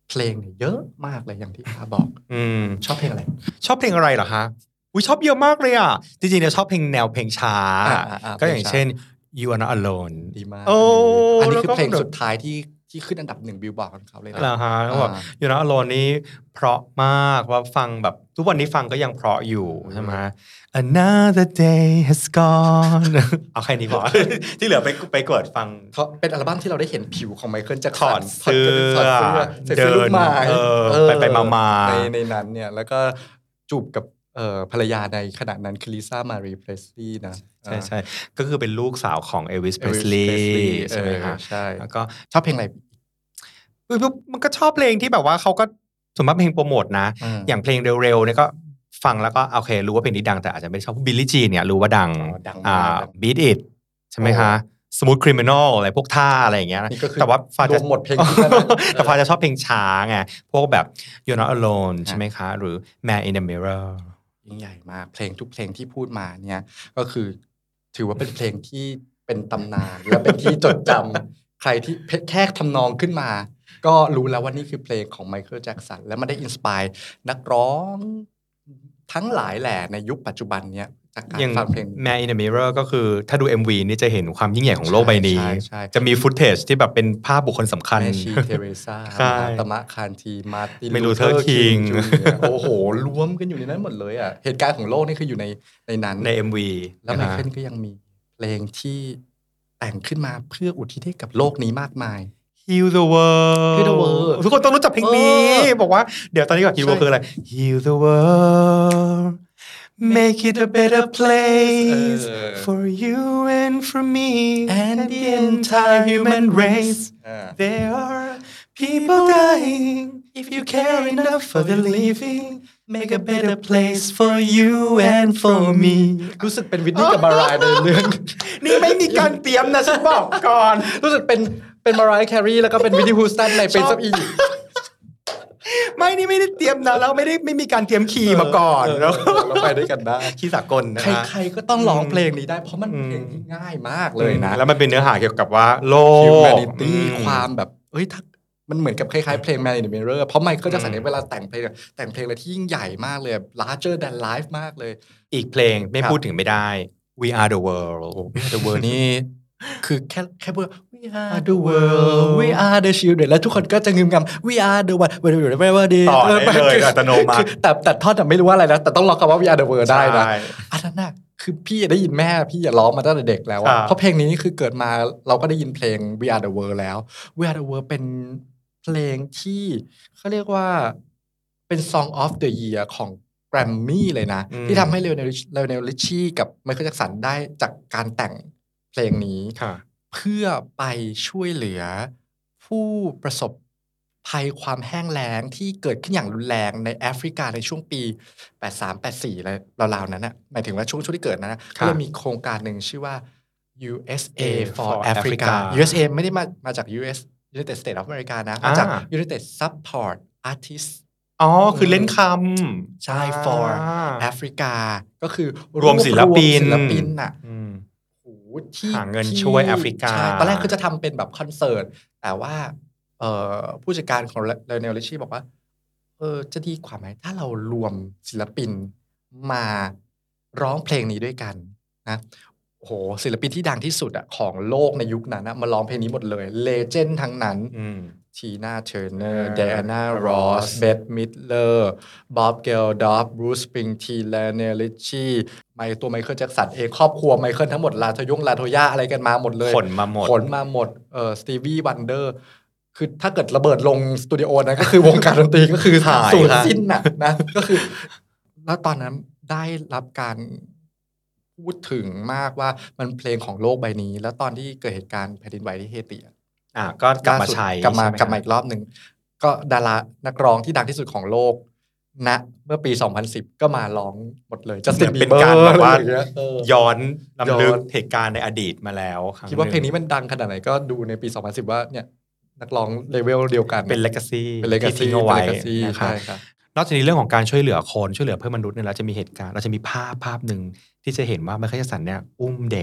เพลงเนี่ยเยอะมากเลยอย่างที่อาบอกชอบเพลงอะไรชอบเพลงอะไรเหรอคะชอบเยอะมากเลยอ่ะจริงๆเนี่ยชอบเพลงแนวเพลงช้าก็อย่างเช่น You Are Not Alone ดีมากอันนี้คือเพลงสุดท้ายที่ขึ้นอันดับ1บิลบอร์ดของเขาเลยนะเหรอฮะแล้วแบบ You Are Not Alone นี่เพราะมากว่าฟังแบบทุกวันนี้ฟังก็ยังเพราะอยู่ใช่ไหม Another day has gone เอาแค่นี้พอ ที่เหลือไปกดฟังเขาเป็นอัลบั้มที่เราได้เห็นผิวของไมเคิลแจ็คสันถอดเสื้อเดินไปมาในนั้นเนี่ยแล้วก็จูบกับภรรยาในขณะนั้นคือลิซ่ามารีเพรสลีย์นะใช่ก็คือเป็นลูกสาวของเอลวิสเพรสลีย์ใช่ไหมฮะใช่แล้วก็ชอบเพลงอะไรมันก็ชอบเพลงที่แบบว่าเขาก็ส่วนมากเพลงโปรโมทนะอย่างเพลงเร็วๆเนี่ยก็ฟังแล้วก็โอเครู้ว่าเพลงนี้ดังแต่อาจจะไม่ชอบบิลลี่จีเนี่ยรู้ว่าดังBeat It ใช่ไหมคะ Smooth Criminal อะไรพวกท่าอะไรอย่างเงี้ยแต่ว่าฟ้าจะหมดเพลงแต่ฟ้าจะชอบเพลงช้าไงพวกแบบ You're Not Alone ใช่ไหมคะหรือ Man in the Mirror ยิ่งใหญ่มากเพลงทุกเพลงที่พูดมาเนี่ยก็คือถือว่าเป็นเพลงที่เป็นตำนานและเป็นที่จดจำใครที่แค่ทำนองขึ้นมาก็รู้แล้วว่านี่คือเพลงของไมเคิลแจ็คสันและมันได้อินสไปร์นักร้องทั้งหลายแหล่ในยุคปัจจุบันเนี้ยจากการฟังเพลง Man in the Mirror ก็คือถ้าดู MV นี่จะเห็นความยิ่งใหญ่ของโลกใบนี้จะมีฟุตเทจที่แบบเป็นภาพบุคคลสำคัญแม่ชีเทเรซาตมะคานทีมาร์ตินลูเทอร์คิงโอ้โหรวมกันอยู่ในนั้นหมดเลยอ่ะเหตุการณ์ของโลกนี่คืออยู่ในนั้นใน MV แล้วไมเคิลก็ยังมีเพลงที่แต่งขึ้นมาเพื่ออุทิศให้กับโลกนี้มากมาย Heal the world ทุกคนต้องรู้จักเพลงนี้บอกว่าเดี๋ยวตอนนี้ก่อน Heal the world คืออะไร Heal the world Make it a better place for you and for me and the entire human race. There are people dying. If you care enough for the living, make a better place for you and for me. รู้สึกเป็นวินนี่กับมารายในเรื่องนี่ไม่มีการเตรียมนะฉันบอกก่อนรู้สึกเป็นมารายแครีแล้วก็เป็นวินนี่ฮูสตันในเป็นซับอีนี่ไม่ได้เตรียมนะแล้วไม่มีการเตรียมคีย์มาก่อนแล้วไปด้วยกันได้คีย์สากลนะใครก็ต้องร้องเพลงนี้ได้เพราะมันเพลงที่ง่ายมากเลยนะแล้วมันเป็นเนื้อหาเกี่ยวกับว่าโลก humanity ความแบบมันเหมือนกับคล้ายๆเพลง Man in the Mirror เพราะไมเคิลแจ็คสันเนี่ยเวลาแต่งเพลงอะไรที่ยิ่งใหญ่มากเลย larger than life มากเลยอีกเพลงไม่พูดถึงไม่ได้ We Are the World We Are the World นี่คือแค่พูด We are the world We are the children แล้วทุกคนก็จะงึมงำ We are the one ต่อได้เลยอัตโนมัติแต่ท่อนไม่รู้ว่าอะไรนะแต่ต้องร้องคำว่า We are the world ได้นะอันนั้นน่ะคือพี่ได้ยินแม่พี่ร้องมาตั้งแต่เด็กแล้วเพราะเพลงนี้คือเกิดมาเราก็ได้ยินเพลง We are the world แล้ว We are the world เป็นเพลงที่เขาเรียกว่าเป็น Song of the Year ของแกรมมี่เลยนะที่ทำให้เลโอเนล ริชชี่กับไมเคิลแจ็คสันได้จากการแต่งเพลงนี้เพื่อไปช่วยเหลือผู้ประสบภัยความแห้งแล้งที่เกิดขึ้นอย่างรุนแรงในแอฟริกาในช่วงปี 83-84 อะไรราวๆนั้นนะหมายถึงว่าช่วงที่เกิดนั้นนะก็เลยมีโครงการหนึ่งชื่อว่า USA for Africa USA ไม่ได้มาจาก United States of America นะมาจาก United Support Artists คือเล่นคำใช่ for Africa ก็คือรวมศิลปินน่ะที่หาเงินช่วยแอฟริกาตอนแรกคือจะทำเป็นแบบคอนเสิร์ตแต่ว่าผู้จัดการของเลโอเนล ริชชี่บอกว่าจะดีกว่าไหมถ้าเรารวมศิลปินมาร้องเพลงนี้ด้วยกันนะโอ้โหศิลปินที่ดังที่สุดอะของโลกในยุคนั้นนะมาร้องเพลงนี้หมดเลยเลเจนด์ทั้งนั้นทีน่าเทอร์เนอร์ไดอาน่ารอสเบธมิดเลอร์บ๊อบเกลดอฟบรูซสปริงทีนเลโอเนล ริชชี่ตัวไมเคิลแจ็คสันเองครอบครัวไมเคิลทั้งหมดลาโทย่าอะไรกันมาหมดเลยขนมาหมดสตีวีวันเดอร์คือถ้าเกิดระเบิดลงสตูดิโอนั้นก็คือวงการดนตรีก็คือสูญสิ้นนะก็คือแล้วตอนนั้นได้รับการพูดถึงมากว่ามันเพลงของโลกใบนี้แล้วตอนที่เกิดเหตุการณ์แผ่นดินไหวที่เฮติก็กลับมาใช้กลับมาอีกรอบนึงก็ดารานักร้องที่ดังที่สุดของโลกนะเมื่อปี 2010 ก็มาร้องหมดเลยจะเป็นการแบบว่าย้อนรำลึกเหตุการณ์ในอดีตมาแล้วคิดว่าเพลงนี้มันดังขนาดไหนก็ดูในปี 2010 ว่าเนี่ยนักร้องเลเวลเดียวกันเป็น legacy ที่ทิ้งเอาไว้นะครับนอกจากนี้เรื่องของการช่วยเหลือเพื่อนมนุษย์เนี่ยเราจะมีเหตุการณ์เราจะมีภาพหนึ่งที่จะเห็นว่าไมเคิล แจ็คสันเนี่ยอุ้มเด็ก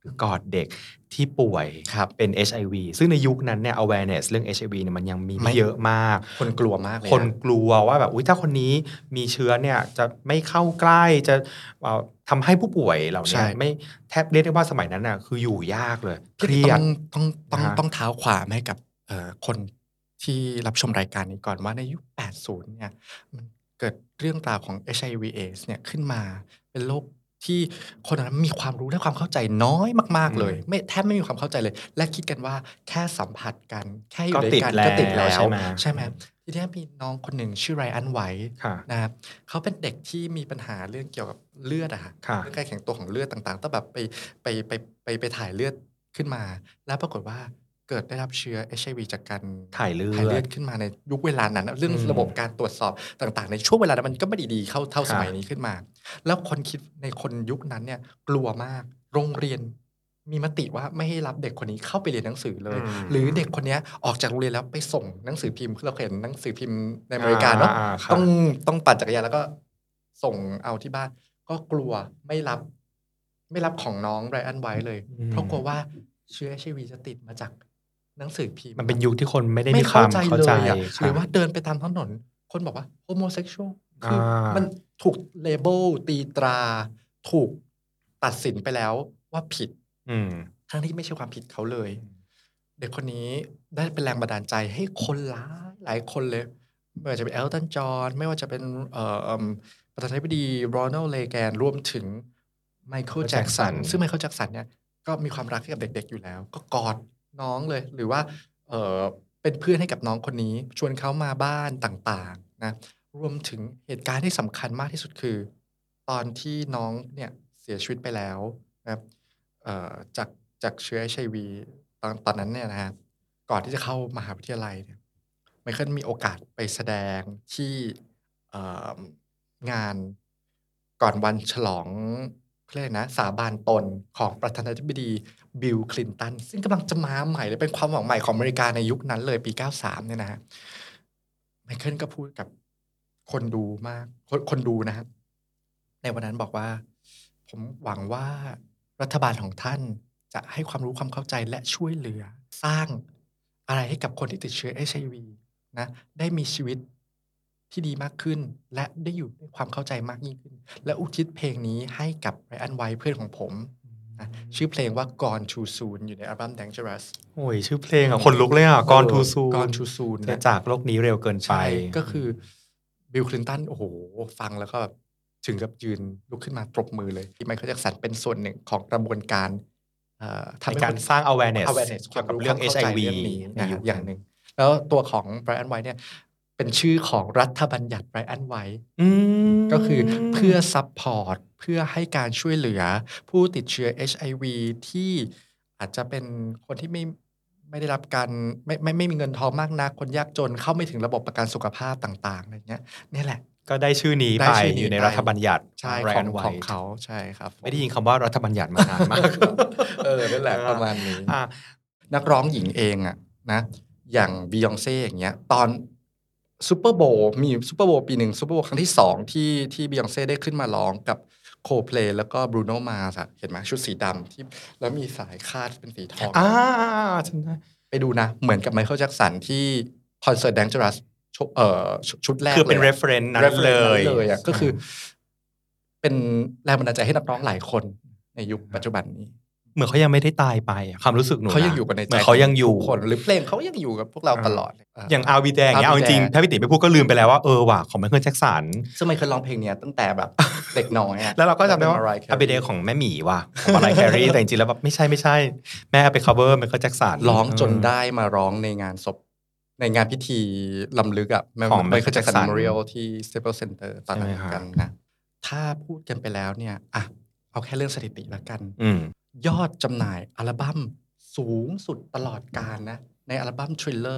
คือกอดเด็กที่ป่วยเป็น HIV ซึ่งในยุคนั้นเนี่ย awareness เรื่อง HIV เนี่ยมันยังมีไม่เยอะมากคนกลัวมากเลยคนกลัวว่าแบบถ้าคนนี้มีเชื้อเนี่ยจะไม่เข้าใกล้จะทำให้ผู้ป่วยเหล่านี้ไม่แทบเรียกได้ว่าสมัยนั้นน่ะคืออยู่ยากเลยเครียดต้องเท้าความให้กับคนที่รับชมรายการนี้ก่อนว่าในยุค 80 เนี่ยมันเกิดเรื่องราวของ HIV/AIDS เนี่ยขึ้นมาเป็นโรคที่คนนั้นมีความรู้และความเข้าใจน้อยมากๆเลยแทบไม่มีความเข้าใจเลยและคิดกันว่าแค่สัมผัสกันแค่อยู่ด้วยกันก็ติดแล้วใช่ไหมทีนี้มีน้องคนหนึ่งชื่อไรอันไวท์นะครับเขาเป็นเด็กที่มีปัญหาเรื่องเกี่ยวกับเลือดอะฮะเรื่องการแข็งตัวของเลือดต่างๆต้องแบบไปถ่ายเลือดขึ้นมาแล้วปรากฏว่าเกิดได้รับเชื้อ HIV จากการถ่ายเลือดขึ้นมาในยุคเวลานั้นเรื่องระบบการตรวจสอบต่างๆในช่วงเวลานั้นมันก็ไม่ดีเท่าสมัยนี้ขึ้นมาแล้วคนคิดในคนยุคนั้นเนี่ยกลัวมากโรงเรียนมีมติว่าไม่ให้รับเด็กคนนี้เข้าไปเรียนหนังสือเลยหรือเด็กคนนี้ออกจากโรงเรียนแล้วไปส่งหนังสือพิมพ์เราเห็นหนังสือพิมพ์ในอเมริกาเนาะต้องปั่นจักรยานแล้วก็ส่งเอาที่บ้านก็กลัวไม่รับของน้องไรอันไว้เลยเพราะกลัวว่าเชื้อ HIV จะติดมาจากหนังสือพิมพ์มันเป็นยุคที่คนไม่ได้มีความเข้าใจหรือว่าเดินไปตามถนนคนบอกว่าโฮโมเซ็กชวลคือมันถูกเลเบลตีตราถูกตัดสินไปแล้วว่าผิดทั้งที่ไม่ใช่ความผิดเขาเลยเด็กคนนี้ได้เป็นแรงบันดาลใจให้คนหลายคนเลยไม่ว่าจะเป็นเอลตันจอห์นไม่ว่าจะเป็นประธานาธิบดีโรนัลด์เรแกนรวมถึงไมเคิลแจ็กสันซึ่งไมเคิลแจ็กสันเนี่ยก็มีความรักให้กับเด็กๆอยู่แล้วก็กอดน้องเลยหรือว่าเป็นเพื่อนให้กับน้องคนนี้ชวนเขามาบ้านต่างๆนะรวมถึงเหตุการณ์ที่สำคัญมากที่สุดคือตอนที่น้องเนี่ยเสียชีวิตไปแล้วนะครับจากเชื้อ HIV ตอนนั้นเนี่ยนะฮะก่อนที่จะเข้ามหาวิทยาลัยเนี่ยไมเคิลมีโอกาสไปแสดงที่งานก่อนวันฉลองเรียกนะสาบานตนของประธานาธิบดีบิลคลินตันซึ่งกำลังจะมาใหม่เลยเป็นความหวังใหม่ของอเมริกาในยุคนั้นเลยปี 93 เนี่ยนะฮะไมเคิลก็พูดกับคนดูนะครับในวันนั้นบอกว่าผมหวังว่ารัฐบาลของท่านจะให้ความรู้ความเข้าใจและช่วยเหลือสร้างอะไรให้กับคนที่ติดเชื้อ HIV นะได้มีชีวิตที่ดีมากขึ้นและได้อยู่ด้วยความเข้าใจมากยิ่งขึ้นและอุทิศเพลงนี้ให้กับไรอันไวท์เพื่อนของผมนะชื่อเพลงว่า Gone Too Soon อยู่ในอัลบั้ม Dangerous โอ้ยชื่อเพลงคนลุกเลยGone Too Soon จะจากโลกนี้เร็วเกินไปก็คือบิลคลินตันโอ้โหฟังแล้วก็ถึงกับยืนลุกขึ้นมาปรบมือเลยที่ไมเคิลแจ็คสันเป็นส่วนหนึ่งของกระบวนการในการสร้าง awareness เกี่ยวกับเรื่อง HIV นะอย่างหนึ่งแล้วตัวของไรอันไวท์เนี่ยเป็นชื่อของรัฐบัญญัติไรอันไวท์ก็คือเพื่อซัพพอร์ตเพื่อให้การช่วยเหลือผู้ติดเชื้อ HIV ที่อาจจะเป็นคนที่ไม่ได้รับการไม่มีเงินทองมากนักคนยากจนเข้าไม่ถึงระบบประกันสุขภาพต่างๆอะไรเงี้ยนี่แหละก็ได้ชื่อนี้ไปอยู่ในรัฐบัญญัติของเขาใช่ครับไม่ได้ยินคำว่ารัฐบัญญัติมานานมากนั่นแหละประมาณนี้นักร้องหญิงเองอะนะอย่างบียองเซ่อย่างเงี้ยตอนซูเปอร์โบว์มีซูเปอร์โบว์ปีหนึ่งซูเปอร์โบว์ครั้งที่2ที่บียองเซ่ได้ขึ้นมาร้องกับโคเพลย์แล้วก็บรูโนมาร์สเห็นไหมชุดสีดำที่แล้วมีสายคาดเป็นสีทองไปดูนะเหมือนกับไมเคิลแจ็คสันที่คอนเสิร์ต Dangerous ชุดแรกคือเป็น reference นั้นเลยก็คือเป็นแรงบันดาลใจให้นักร้องหลายคนในยุคปัจจุบันนี้เหมือนเขายังไม่ได้ตายไปความรู้สึกหนูเขายังอยู่กันในใจเขายังอยู่คนหรือเพลงเขายังอยู่กับพวกเราตลอดอย่างอาวีแดงเนี่ยเอาจริงๆถ้าพี่ติ๋มไปพูดก็ลืมไปแล้วว่าว่ะของไมเคิลแจ็คสันซึ่งไมเคิลร้องเพลงนี้ตั้งแต่แบบเด็กน้อยแล้วเราก็จำได้ว่าอาวีแดงของแม่หมีว่ะของมารายแครีแต่จริงๆแล้วแบบไม่ใช่แม่ไป cover ไมเคิลแจ็คสันร้องจนได้มาร้องในงานศพในงานพิธีลำลึกของไมเคิลแจ็คสัน Memorial ที่ Staples Center ตอนนั้นกันนะถ้าพูดกันไปแล้วเนี่ยเอาแค่เรื่องสถิติละกันยอดจำหน่ายอัลบั้มสูงสุดตลอดกาลนะในอัลบั้ม Thriller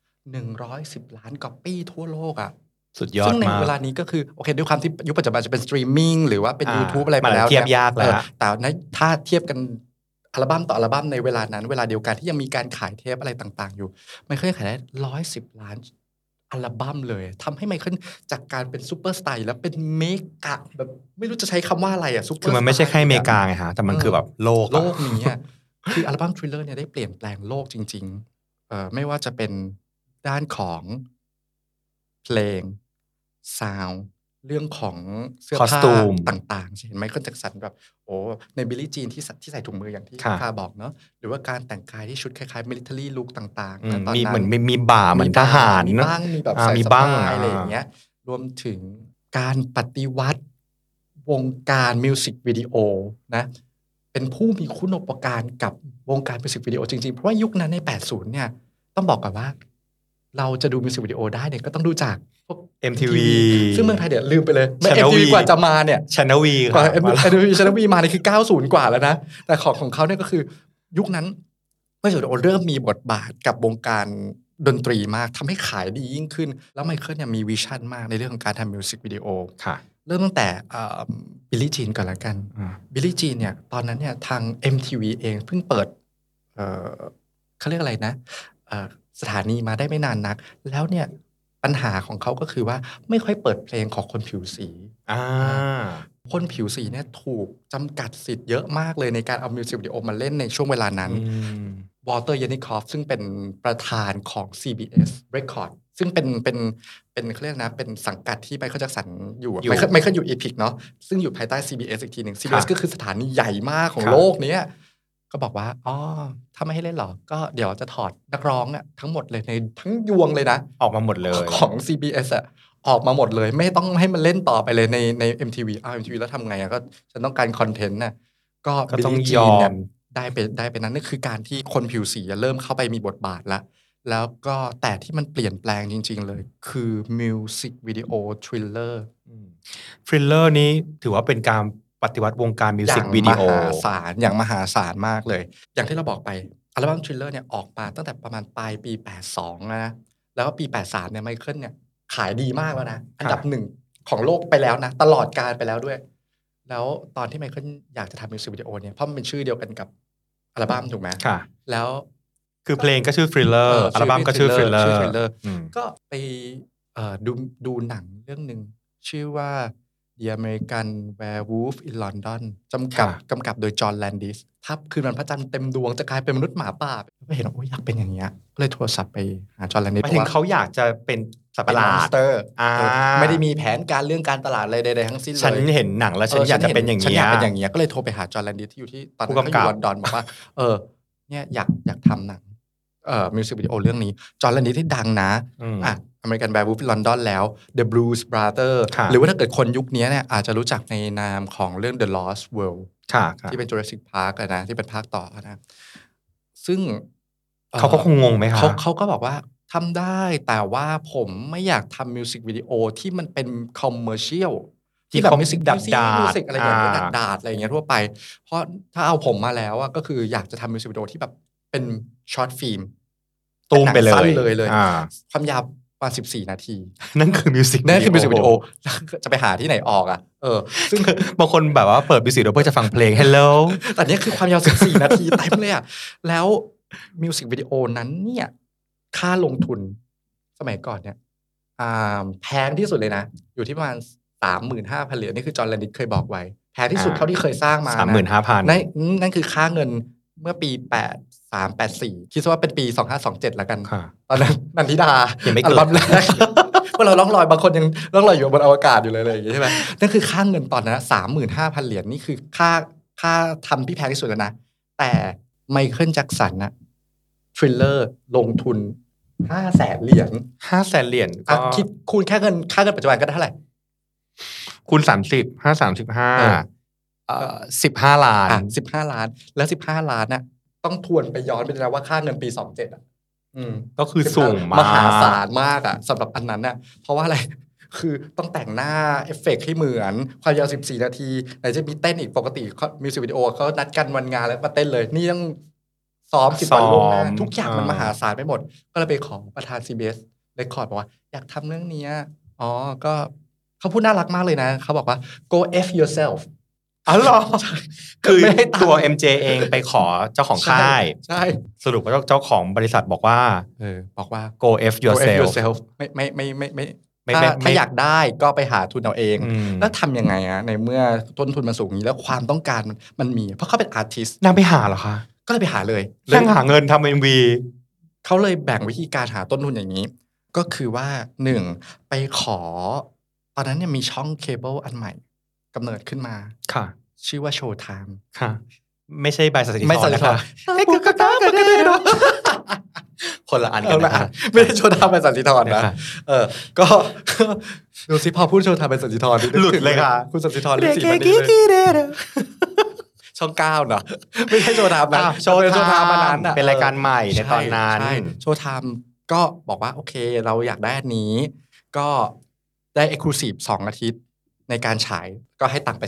110 ล้านก๊อปปี้ทั่วโลกสุดยอดมากซึ่งในเวลานี้ก็คือโอเคด้วยความที่ยุคปัจจุบันจะเป็นสตรีมมิ่งหรือว่าเป็น YouTube อะไรไปแล้วเทียบยากแล้วแต่ถ้าเทียบกันอัลบั้มต่ออัลบั้มในเวลานั้นเวลาเดียวกันที่ยังมีการขายเทปอะไรต่างๆอยู่ไม่เคยขายได้110 ล้านอัลบั้มเลยทำให้ไมเคิลจากการเป็นซูเปอร์สตาร์แล้วเป็นเมกะแบบไม่รู้จะใช้คำว่าอะไรซูเปอร์คือมันไม่ใช่แค่อเมริกาไงฮะแต่มันคือแบบโลกโลกนี้อ่ะ คืออัลบั้ม Thriller เนี่ยได้เปลี่ยนแปลงโลกจริงๆไม่ว่าจะเป็นด้านของเพลงซาวด์เรื่องของเสื้อผ้า Costume ต่างๆเห็นไหมเคิลแจ็คสันแบบโอ้ในบิลลี่จีนที่ใส่ถุงมืออย่างที่คาบอกเนาะหรือว่าการแต่งกายที่ชุดคล้ายๆ military look ต่างๆตอนนั้นเหมือนมีบ่าเหมือนทหารมีบ้างมีแบบใส่สบายอะไรอย่างเงี้ยรวมถึงการปฏิวัติวงการมิวสิกวิดีโอนะเป็นผู้มีคุณูปการกับวงการมิวสิกวิดีโอจริงๆเพราะว่ายุคนั้นใน80เนี่ยต้องบอกก่อนว่าเราจะดูมิวสิกวิดีโอได้เนี่ยก็ต้องดูจากพวก MTV ซึ่งเมืองไทยเดี๋ยวลืมไปเลยไม่ Channel MTV V กว่าจะมาเนี่ย Channel V กว่าครับ MTV Channel V มานี่คือ90กว่าแล้วนะแต่ของเขาเนี่ยก็คือยุคนั้นมิวสิกวิดีโอเริ่มมีบทบาทกับวงการดนตรีมากทำให้ขายดียิ่งขึ้นแล้วไมเคิลเนี่ยมีวิชั่นมากในเรื่องของการทำมิวสิกวิดีโอเริ่มตั้งแต่บิลลี่จีนก่อนละกันบิลลี่จีนเนี่ยตอนนั้นเนี่ยทาง MTV เองเพิ่งเปิดเขาเรียกอะไรนะสถานีมาได้ไม่นานนักแล้วเนี่ยปัญหาของเขาก็คือว่าไม่ค่อยเปิดเพลงของคนผิวสีคนผิวสีเนี่ยถูกจำกัดสิทธิ์เยอะมากเลยในการเอามิวสิกวิดีโอมาเล่นในช่วงเวลานั้นวอลเตอร์ เยนิคอฟซึ่งเป็นประธานของ CBS Record ซึ่งเป็นเขาเรียกนะเป็นสังกัดที่ไมเคิลแจ็คสันอยู่ไมเคิลอยู่Epicเนาะซึ่งอยู่ภายใต้ CBS อีกทีหนึ่ง CBS ก็คือสถานีใหญ่มากของโลกนี้ก็บอกว่าถ้าไม่ให้เล่นหรอก็เดี๋ยวจะถอดนักร้องทั้งหมดเลยในทั้งยวงเลยนะออกมาหมดเลยของ CBS ออกมาหมดเลยไม่ต้องให้มันเล่นต่อไปเลยใน MTV MTV แล้วทำไงก็ฉันต้องการคอนเทนต์ก็ต้องยอมได้ไปนั้นนั่นคือการที่คนผิวสีเริ่มเข้าไปมีบทบาทแล้วก็แต่ที่มันเปลี่ยนแปลงจริงๆเลยคือมิวสิกวิดีโอทริลเลอร์นี้ถือว่าเป็นการปฏิวัติวงการมิวสิกวิดีโออย่างมหาศาลมากเลยอย่างที่เราบอกไปอัลบั้มทริลเลอร์เนี่ยออกมาตั้งแต่ประมาณปลายปี82นะแล้วก็ปี83เนี่ยไมเคิลเนี่ยขายดีมากแล้วนะอันดับ1ของโลกไปแล้วนะตลอดกาลไปแล้วด้วยแล้วตอนที่ไมเคิลอยากจะทำมิวสิกวิดีโอเนี่ยเพราะมันเป็นชื่อเดียวกันกับอัลบั้มถูกไหมแล้วคือเพลงก็ชื่อ Thriller อัลบั้มก็ชื่อ Thriller ก็ไปดูหนังเรื่องหนึ่งชื่อว่า The American Werewolf in London กำกับโดยจอห์นแลนดิสถ้าคืนวันพระจันทร์เต็มดวงจะกลายเป็นมนุษย์หมาป่าก็เห็นว่าอยากเป็นอย่างเงี้ยก็เลยโทรศัพท์ไปหาจอห์นแลนดิสเพราะเขาอยากจะเป็นสัตว์ประหลาดไม่ได้มีแผนการเรื่องการตลาดอะไรใดๆทั้งสิ้นเลยฉันเห็นหนังแล้วฉันอยากจะเป็นอย่างนี้ก็เลยโทรไปหาจอห์นแลนดิสที่อยู่ที่ตอนนั้นเขาอยู่ลอนดอนบอกว่าเนี่ยอยากทำหนังมิวสิกวิดีโอเรื่องนี้จอห์นแลนดิสที่ดังนะAmerican Werewolf in London แล้ว The Blues Brothers หรือว่าถ้าเกิดคนยุคนี้เนี่ยอาจจะรู้จักในนามของเรื่อง The Lost World ที่เป็น Jurassic Park นะที่เป็นภาคต่อนะซึ่งเขาก็คงงงไหมครับเขาก็บอกว่าทำได้แต่ว่าผมไม่อยากทำมิวสิกวิดีโอที่มันเป็นคอมเมอร์เชียลที่แบบมิวสิกดาดอะไรอย่างเงี้ยดาดอะไรอย่างเงี้ยทั่วไปเพราะถ้าเอาผมมาแล้วก็คืออยากจะทำมิวสิกวิดีโอที่แบบเป็นช็อตฟิล์มตูมไปเลยความยาวประมาณ14 นาทีนั่นคือมิวสิกวิดีโอจะไปหาที่ไหนออกซึ่งบางคนแบบว่าเปิดมิวสิกวิดีโอเพื่อจะฟังเพลง Hello แต่นี่คือความยาว14 นาทีเต็มเลยแล้วมิวสิกวิดีโอนั้นเนี่ยค่าลงทุนสมัยก่อนเนี่ยแพงที่สุดเลยนะอยู่ที่ประมาณ 35,000 เหรียญนี่คือจอห์นแลนดิสเคยบอกไว้แพงที่สุดเท่าที่เคยสร้างมา 35,000 นั่นคือค่าเงินเมื่อปี83-84คิดว่าเป็นปี2527แล้วกันตอนนั้นนันทิดาอัลบั้มแรกพวกเราล่องลอยบางคนยังล่องลอยอยู่บนอวกาศอยู่เลยอะไรอย่างงี้ใช่ไหมนั่นคือค่าเงินตอนนั้น 35,000 เหรียญนี่คือค่าทำที่แพงที่สุดแล้วนะแต่ไมเคิลแจ็คสันนะทริลเลอร์ลงทุน 500,000 เหรียญ 500,000 เหรียญก็คิดคูณค่าเงินปัจจุบันก็เท่าไหร่คูณ30 5 35 15 ล้าน 15 ล้านแล้ว15 ล้านน่ะต้องทวนไปย้อนไปนะว่าค่าเงินปี27 ก็คือสูงมหาศาลมากสำหรับอันนั้นน่ะเพราะว่าอะไรคือต้องแต่งหน้าเอฟเฟกต์ให้เหมือนความยาว14 นาทีไหนจะมีเต้นอีกปกติมิวสิกวิดีโอเขานัดกันวันงานแล้วมาเต้นเลยนี่ต้องซ้อม10 วันล่วงหน้าทุกอย่างมันมหาศาลไปหมดก็เลยไปขอประธาน CBS Record บอกว่าอยากทำเรื่องนี้ก็เขาพูดน่ารักมากเลยนะเขาบอกว่า go f yourself อ๋อเหรอคือไม่ให้ตังค์ตัว MJ เองไปขอเจ้าของค่ายใช่สรุปว่าเจ้าของบริษัทบอกว่าบอกว่า go f go F yourself yourself ไม่ถ้าอยากได้ก็ไปหาทุนเอาเอง แล้วทำยังไงอะในเมื่อต้นทุนมันสูงนี้แล้วความต้องการมันมีเพราะเขาเป็นอาร์ติสต์นางไปหาเหรอคะก็เลยไปหาเลยแค่หาเงินทำ MV เขาเลยแบ่งวิธีการหาต้นทุนอย่างนี้ ก็คือว่า1ไปขอตอนนั้นเนี่ยมีช่องเคเบิลอันใหม่กำเนิดขึ้นมาค่ะชื่อว่า Showtime ค่ะ ไม่ใช่บายสันติธรไม่สันติธรนะคะคนละอันกันนะคะไม่ได้โชว์ทำเป็นสันติธรนะก็ดูสิพอพูดโชว์ทำเป็นสันติธรหลุดเลยค่ะคุณสันติธรฤทธิ์ศรีพันดีเลยช่อง9เนาะไม่ใช่โชว์ทำนะโชว์ไทม์มานั้นเป็นรายการใหม่ในตอนนั้นใช่โชว์ทำก็บอกว่าโอเคเราอยากได้อันนี้ก็ได้ Exclusive 2 อาทิตย์ในการฉายก็ให้ตังค์ไป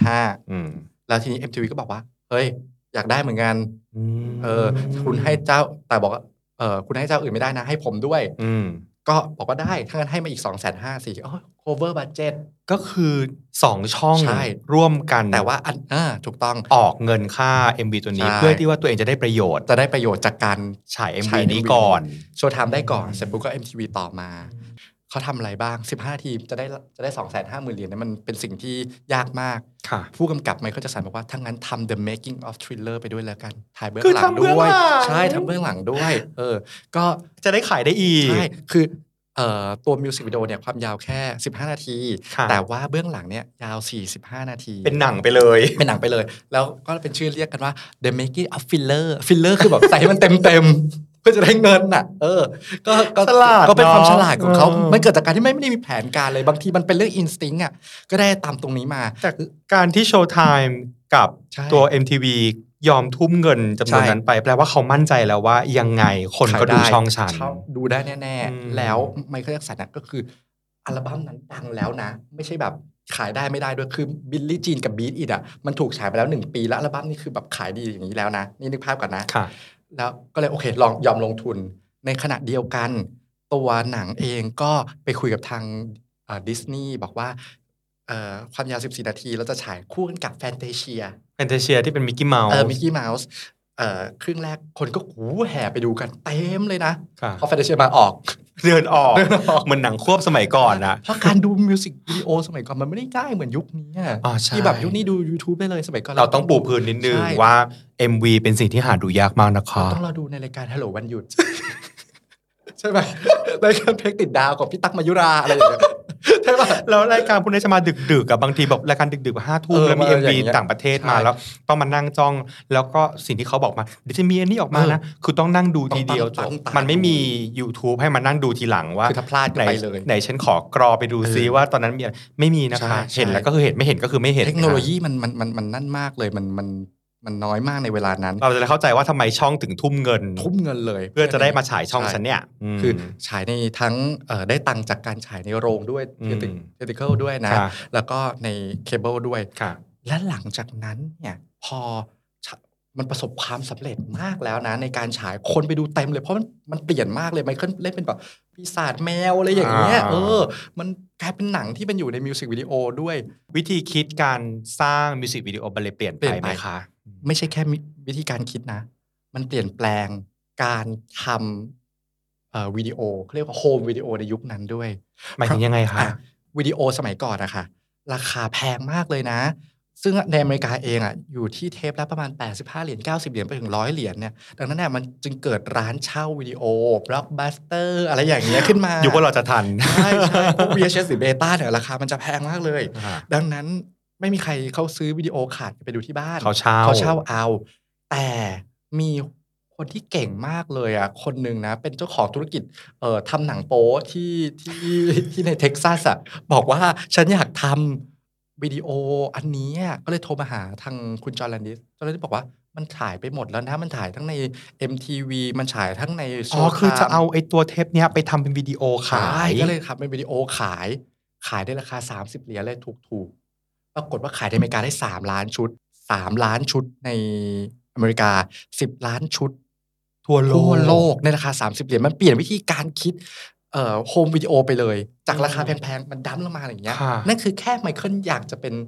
250,000 แล้วทีนี้ MTV ก็บอกว่าเฮ้ยอยากได้เหมือนกันคุณให้เจ้าแต่บอกว่าคุณให้เจ้าอื่นไม่ได้นะให้ผมด้วยก็บอกว่าได้ถ้างั้นให้มาอีก 250,000 สิcover budget ก็คือ2ช่องใช่ร่วมกันแต่ว่าถูกต้องออกเงินค่า MV ตัวนี้ใช่เพื่อที่ว่าตัวเองจะได้ประโยชน์จากการฉาย MV นี้ก่อนโชว์ไทม์ได้ก่อนเสร็จปุ๊บก็ MTV ต่อมาเขาทำอะไรบ้าง15 นาทีจะได้ 250,000 เหรียญเนี่ยมันเป็นสิ่งที่ยากมากผู้กำกับไมเคิลแจ็คสันบอกว่าถ้างั้นทำ The Making of Thriller ไปด้วยแล้วกันถ่ายเบื้องหลังด้วยใช่ทำเบื้องหลังด้วยก็จะได้ขายได้อีกใช่คือตัวมิวสิกวิดีโอเนี่ยความยาวแค่15 นาทีแต่ว่าเบื้องหลังเนี่ยยาว45 นาทีเป็นหนังไปเลยแล้วก็เป็นชื่อเรียกกันว่า The Making of Filler คือแบบใส่ให้มันเต็มเพื่อจะได้เงินน่ะก็ฉลาดก็เป็นความฉลาดของเขามันเกิดจากการที่ไม่ได้มีแผนการเลยบางทีมันเป็นเรื่องอินสติ้งอ่ะก็ได้ตามตรงนี้มาจากการที่ Showtime กับตัว MTV ยอมทุ่มเงินจำนวนนั้นไปแปลว่าเขามั่นใจแล้วว่ายังไงคนก็ดูช่องฉันดูได้แน่ๆแล้วไมเคิลแจ็คสันก็คืออัลบั้มนั้นดังแล้วนะไม่ใช่แบบขายได้ไม่ได้ด้วยคือบิลลี่จีนกับบีทอิทอ่ะมันถูกฉายไปแล้ว1 ปีแล้วอัลบั้มนี้คือแบบขายดีอย่างนี้แล้วนะนี่นึกภาพก่อนนะแล้วก็เลยโอเคลองยอมลงทุนในขณะเดียวกันตัวหนังเองก็ไปคุยกับทางดิสนีย์บอกว่าความยาว14 นาทีเราจะฉายคู่กันกับแฟนตาเชียที่เป็นมิกกี้เมาส์ครึ่งแรกคนก็แห่ไปดูกันเต็มเลยนะพอแฟนตาเชียมาออกเดินออกเหมือนหนังควบสมัยก่อนนะเพราะการดูมิวสิกวิดีโอสมัยก่อนมันไม่ได้ง่ายเหมือนยุคนี้ที่แบบยุคนี้ดู YouTube ได้เลยสมัยก่อนเราต้องปูพื้นนิดนึงว่า MV เป็นสิ่งที่หาดูยากมากนะคะต้องรอดูในรายการ Hello วันหยุดใช่ไหมรายการเพลงติดดาวกับพี่ตั๊กมายุราอะไรอย่างเงี้ยใช่ป่ะแล้วรายการพวกนี้จะมาดึกๆกับบางทีแบบรายการดึกๆ5 ทุ่มแล้วมี MV ต่างประเทศมาแล้วต้องมานั่งจ้องแล้วก็สิ่งที่เขาบอกมาเดี๋ยวจะมีอันนี้ออกมานะคือต้องนั่งดูทีเดียวจบมันไม่มี YouTube ให้มานั่งดูทีหลังว่าถ้าพลาดไปเลยไหนฉันขอกรอไปดูซิว่าตอนนั้นมีไม่มีนะคะเห็นแล้วก็คือเห็นไม่เห็นก็คือไม่เห็นเทคโนโลยีมันนั่นมากเลยมันน้อยมากในเวลานั้นเราจะเข้าใจว่าทำไมช่องถึงทุ่มเงินเลยเพื่อจะได้มาฉายช่องฉันเนี่ยคือฉายในทั้งได้ตังค์จากการฉายในโรงด้วยtheatrical ด้วยนะแล้วก็ในเคเบิลด้วยและหลังจากนั้นเนี่ยพอมันประสบความสำเร็จมากแล้วนะในการฉายคนไปดูเต็มเลยเพราะมันเปลี่ยนมากเลยไมเคิลเล่นเป็นแบบปีศาจแมวอะไรอย่างเงี้ยมันกลายเป็นหนังที่เป็นอยู่ในมิวสิกวิดีโอด้วยวิธีคิดการสร้างมิวสิกวิดีโอมันเลยเปลี่ยนไปไหมคะไม่ใช่แค่วิธีการคิดนะมันเปลี่ยนแปลงการทำวิดีโอเขาเรียกว่าโฮมวิดีโอในยุคนั้นด้วยหมายถึงยังไงคะวิดีโอสมัยก่อนนะคะราคาแพงมากเลยนะซึ่งในอเมริกาเองอยู่ที่เทปละประมาณ85 เหรียญ90 เหรียญไปถึง100 เหรียญเนี่ยดังนั้นมันจึงเกิดร้านเช่าวิดีโอบล็อกบัสเตอร์อะไรอย่างเงี้ยขึ้นมาอยู่ว่าเราจะทันใช่พวก VHS หรือเบต้าเนี่ยราคามันจะแพงมากเลยดังนั้นไม่มีใครเขาซื้อวิดีโอขาดไปดูที่บ้านเขาเช่าเอาแต่มีคนที่เก่งมากเลยคนหนึ่งนะเป็นเจ้าของธุรกิจทำหนังโป๊ที่ในเท็กซัสบอกว่าฉันอยากทำวิดีโออันนี้ก็เลยโทรมาหาทางคุณจอร์แลนดิสบอกว่ามันถ่ายไปหมดแล้วนะมันถ่ายทั้งใน MTV มันฉายทั้งในคือจะเอาไอ้ตัวเทปเนี้ยไปทำเป็นวิดีโอขายก็เลยทำเป็นวิดีโอขายได้ราคา30 เหรียญเลยถูกปรากฏว่าขายในอเมริกาได้3 ล้านชุด3 ล้านชุดในอเมริกา10 ล้านชุดทั่วโลกในราคา30 เหรียญมันเปลี่ยนวิธีการคิดโฮมวิดีโอไปเลยจากราคาแพงๆมันดั้มลงมาอย่างเงี้ยนั่นคือแค่ไมเคิลอยากจะเป็น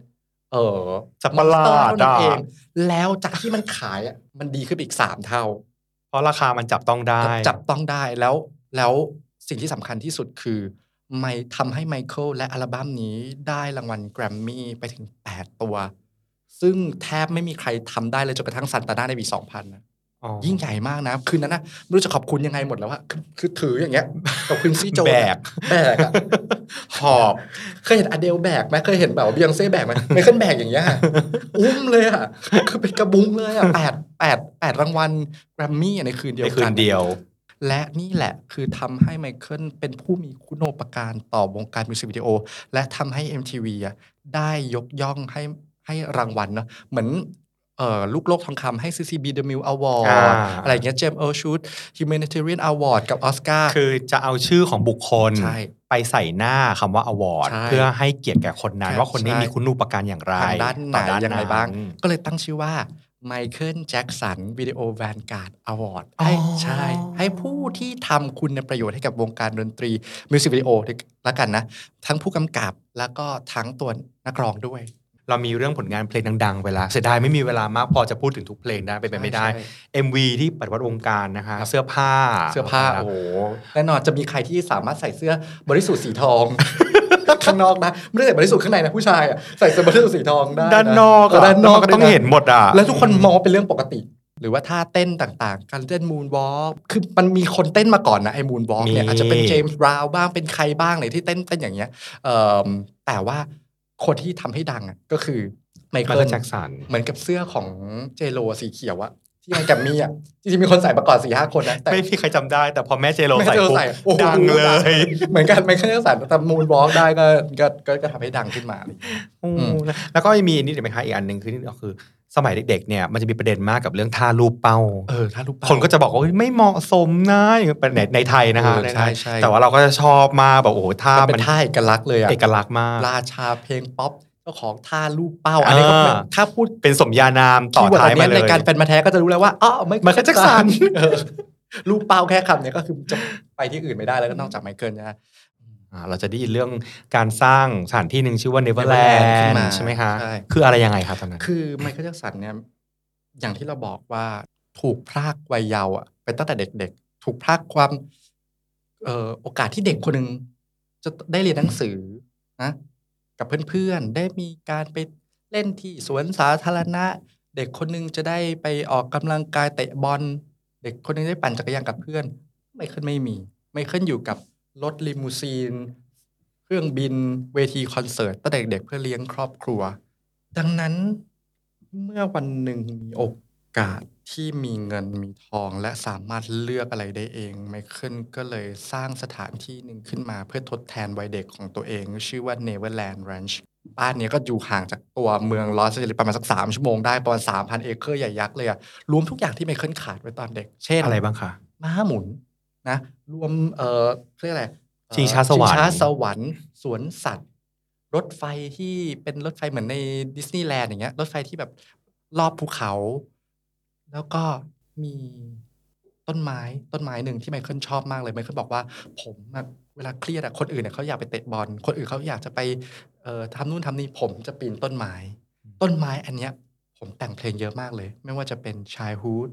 เออสัตว์ประหลาด Monster เท่านั้นเองอะแล้วจากที่มันขายอ่ะมันดีขึ้นไปอีก3เท่าเพราะราคามันจับต้องได้จับต้องได้แล้วสิ่งที่สำคัญที่สุดคือไม่ทำให้ไมเคิลและอัลบั้มนี้ได้รางวัลแกรมมี่ไปถึง8ตัวซึ่งแทบไม่มีใครทำได้เลยจนกระทั่งซันตาน่าในปี 2000 นะอ๋อยิ่งใหญ่มากนะคืนนั้นนะไม่รู้จะขอบคุณยังไงหมดแล้วอะคือถืออย่างเงี้ยกับควินซี่โจนแบกอะหอบเคยเห็นอเดลแบกไหมเคยเห็นแบบบียองเซ่แบกไหมไมเคิลแบกอย่างเงี้ยอุ้มเลยอะคือเป็นกระบุงเลยอะ8รางวัลแกรมมี่ในคืนเดียวในกันคืนเดียวและนี่แหละคือทำให้ไมเคิลเป็นผู้มีคุณูปการต่อวงการมิวสิกวิดีโอและทำให้ MTV อ่ะได้ยกย่องให้รางวัลเนาะเหมือนลูกโลกทองคำให้ CCB The Mill Award อะไรอย่างเงี้ย James Earl Schultz Humanitarian Award กับออสการ์คือจะเอาชื่อของบุคคลใช่ไปใส่หน้าคำว่า award ใช่เพื่อให้เกียรติแก่คนนั้นใช่ว่าคนนี้ใช่มีคุณูปการอย่างไรทางด้านไหนต่อด้านยังไงบ้างนั้นก็เลยตั้งชื่อว่า Michael Jackson Video Vanguard Award อ๋อใช่ให้ผู้ที่ทำคุณประโยชน์ให้กับวงการดนตรีมิวสิกวิดีโอแล้วกันนะทั้งผู้กำกับแล้วก็ทั้งตัวนักร้องด้วยเรามีเรื่องผลงานเพลงดังๆเวลาเสียดายไม่มีเวลามากพอจะพูดถึงทุกเพลงได้ไปไม่ได้ใช่ MV ที่ปฏิวัติวงการนะคะเสื้อผ้าโอ้โหแน่นอนจะมีใครที่สามารถใส่เสื้อบริสุทธิ์สีทอง ข้างนอกนะไม่ได้ใส่บริสุทธิ์ข้างในนะผู้ชายอ่ะใส่เสื้อบริสุทธิ์สีทองได้ะด้านนอกด้านนอกก็ต้องเห็นหมดอ่ะแล้วทุกคนมองว่าเป็นเรื่องปกติ หรือว่าท่าเต้นต่างๆการเต้นมูนวอล์กคือมันมีคนเต้นมาก่อนนะไอ้มูนวอล์กเนี่ยอาจจะเป็นเจมส์บราวน์บ้างเป็นใครบ้างเลยที่เต้นอย่างเงี้ยแต่ว่าคนที่ทำให้ดังอ่ะก็คือไมเคิลแจ็คสันเหมือนกับเสื้อของเจโรสีเขียวอะที่มันแกมมี่อะจริงๆมีคนใส่มาก่อน 4-5 คนนะแต่ไม่มีใครจำได้ แต่พอแม่เจโรแม่ใส่เจโรปุ๊บใส่โอ้โหดังเลยเหมือนกันไม่เคยใส่แต่มูนวอล์กได้ก็ทำให้ดังขึ้นมาแล้วก็มีอันนี้เดี๋ยวไหมคะอีกอันหนึ่งคือนี่ก็คือสมัยเด็กๆเนี่ยมันจะมีประเด็นมากกับเรื่องท่ารูปเป้าท่ารูปเป้าคนก็จะบอกว่าไม่เหมาะสมนะอย่างในไทยนะคะใช่ใช่แต่ว่าเราก็จะชอบมากแบบโอ้โหท่ามันเป็นท่าเอกลักษณ์เลยอะเอกลักษณ์มากราชาเพลงป๊อปเจ้าของท่ารูปเป้าอันนี้ก็ถ้าพูดเป็นสมญานามต่อท้ายมาเลยในการแฟนมาแท้ก็จะรู้แล้วว่าอ๋อไม่ไมเคิลแจ็คสันรูปเป้าแค่คำเนี่ยก็คือจะไปที่อื่นไม่ได้แล้วก็นอกจากไมเคิลนะเราจะได้ยินเรื่องการสร้างสถานที่หนึ่งชื่อว่า Neverland ขึ้น Neverland มาใช่ไหมคะใช่คืออะไรยังไงครับตอนนั้นคือไมเคิลแจ็คสันเนี่ยอย่างที่เราบอกว่าถูกพรากวัยเยาว์อ่ะไปตั้งแต่เด็กๆถูกพรากความโอกาสที่เด็กคนหนึ่งจะได้เรียนหนังสือนะกับเพื่อนๆได้มีการไปเล่นที่สวนสาธารณะเด็กคนหนึงจะได้ไปออกกำลังกายเตะบอลเด็กคนหนึงได้ปั่นจักรยานกับเพื่อนไมเคิลไม่มีไมเคิลอยู่กับรถลิมูซีนเครื่องบินเวทีคอนเสิร์ตตั้งแต่เด็กเพื่อเลี้ยงครอบครัวดังนั้นเมื่อวันหนึ่งมีโอกาสที่มีเงินมีทองและสามารถเลือกอะไรได้เองไมเคิลก็เลยสร้างสถานที่หนึ่งขึ้นมาเพื่อทดแทนวัยเด็กของตัวเองชื่อว่า Neverland Ranch บ้านนี้ก็อยู่ห่างจากตัวเมืองลอสแอนเจลิสประมาณสัก3 ชั่วโมงได้ประมาณ 3,000 เอเคอร์ใหญ่ยักษ์เลยอะรวมทุกอย่างที่ไมเคิลขาดไว้ตอนเด็กเช่นอะไรบ้างคะม้าหมุนนะรวมเรียกอะไรชิงช้าสวรรค์ชิงช้าสวรรค์สวนสัตว์ รถไฟที่เป็นรถไฟเหมือนในดิสนีย์แลนด์อย่างเงี้ยรถไฟที่แบบรอบภูเขา แล้วก็มีต้นไม้หนึ่งที่ไมเคิลชอบมากเลยไมเคิลบอกว่าผมอะเวลาเครียดอะคนอื่นเนี่ยเขาอยากไปเตะบอลคนอื่นเขาอยากจะไปทำนู่นทำนี่ผมจะปีนต้นไม้อันเนี้ยผมแต่งเพลงเยอะมากเลย ไม่ว่าจะเป็น Childhood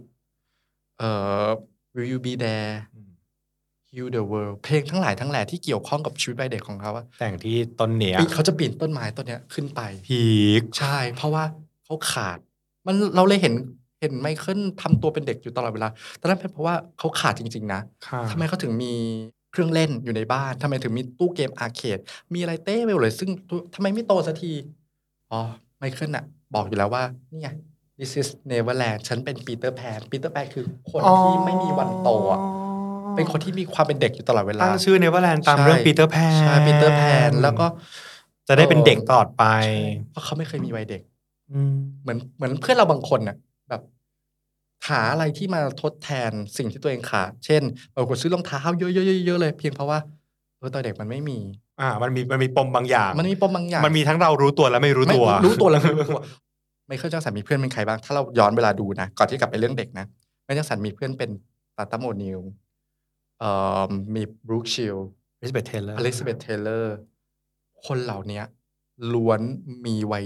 Will You Be There Heal the World เพลงทั้งหลายทั้งแหล่ที่เกี่ยวข้องกับชีวิตวัยเด็กของเขาอะแต่งที่ต้นเนี้ยเขาจะปีนต้นไม้ต้นเนี้ยขึ้นไปพีคใช่เพราะว่าเขาขาดมันเราเลยเห็นไมเคิลทำตัวเป็นเด็กอยู่ตลอดเวลาแต่นั่นเป็นเพราะว่าเขาขาดจริงๆนะค่ะทำไมเขาถึงมีเครื่องเล่นอยู่ในบ้านทำไมถึงมีตู้เกมอาร์เคดมีอะไรเต้ไปหมดเลยซึ่งทำไมไม่โตสักทีอ๋อไมเคิลน่ะบอกอยู่แล้วว่านี่ไง This is Neverland ฉันเป็นปีเตอร์แพนคือคนที่ไม่มีวันโตอ่ะเป็นคนที่มีความเป็นเด็กอยู่ตลอดเวลาตั้งชื่อ Neverland ตามเรื่องปีเตอร์แพนใช่ปีเตอร์แพนแล้วก็จะได้เป็นเด็กตลอดไปเพราะเขาไม่เคยมีวัยเด็กอืมเหมือนเพื่อนเราบางคนน่ะแบบหาอะไรที่มาทดแทนสิ่งที่ตัวเองขาดเช่นบางคนซื้อรองเท้าเยอะๆๆเลยเพียงเพราะว่าตอนเด็กมันไม่มีมันมีปมบางอย่างมันมีปมบางอย่างมันมีทั้งเรารู้ตัวและไม่รู้ตัวรู้ตัวแล้วไม่รู้ตัวไมเคิลแจ็คสันมีเพื่อนเป็นใครบ้างถ้าเราย้อนเวลาดูนะก่อนที่กลับไปเรื่องเด็กนะไมเคิลแจ็คสันมีเพื่อนเป็นตาตาโมนิลมีบรูคชิล Elizabeth Taylor อลิซาเบธเทเลอร์คนเหล่านี้ล้วนมีวัยเด็ก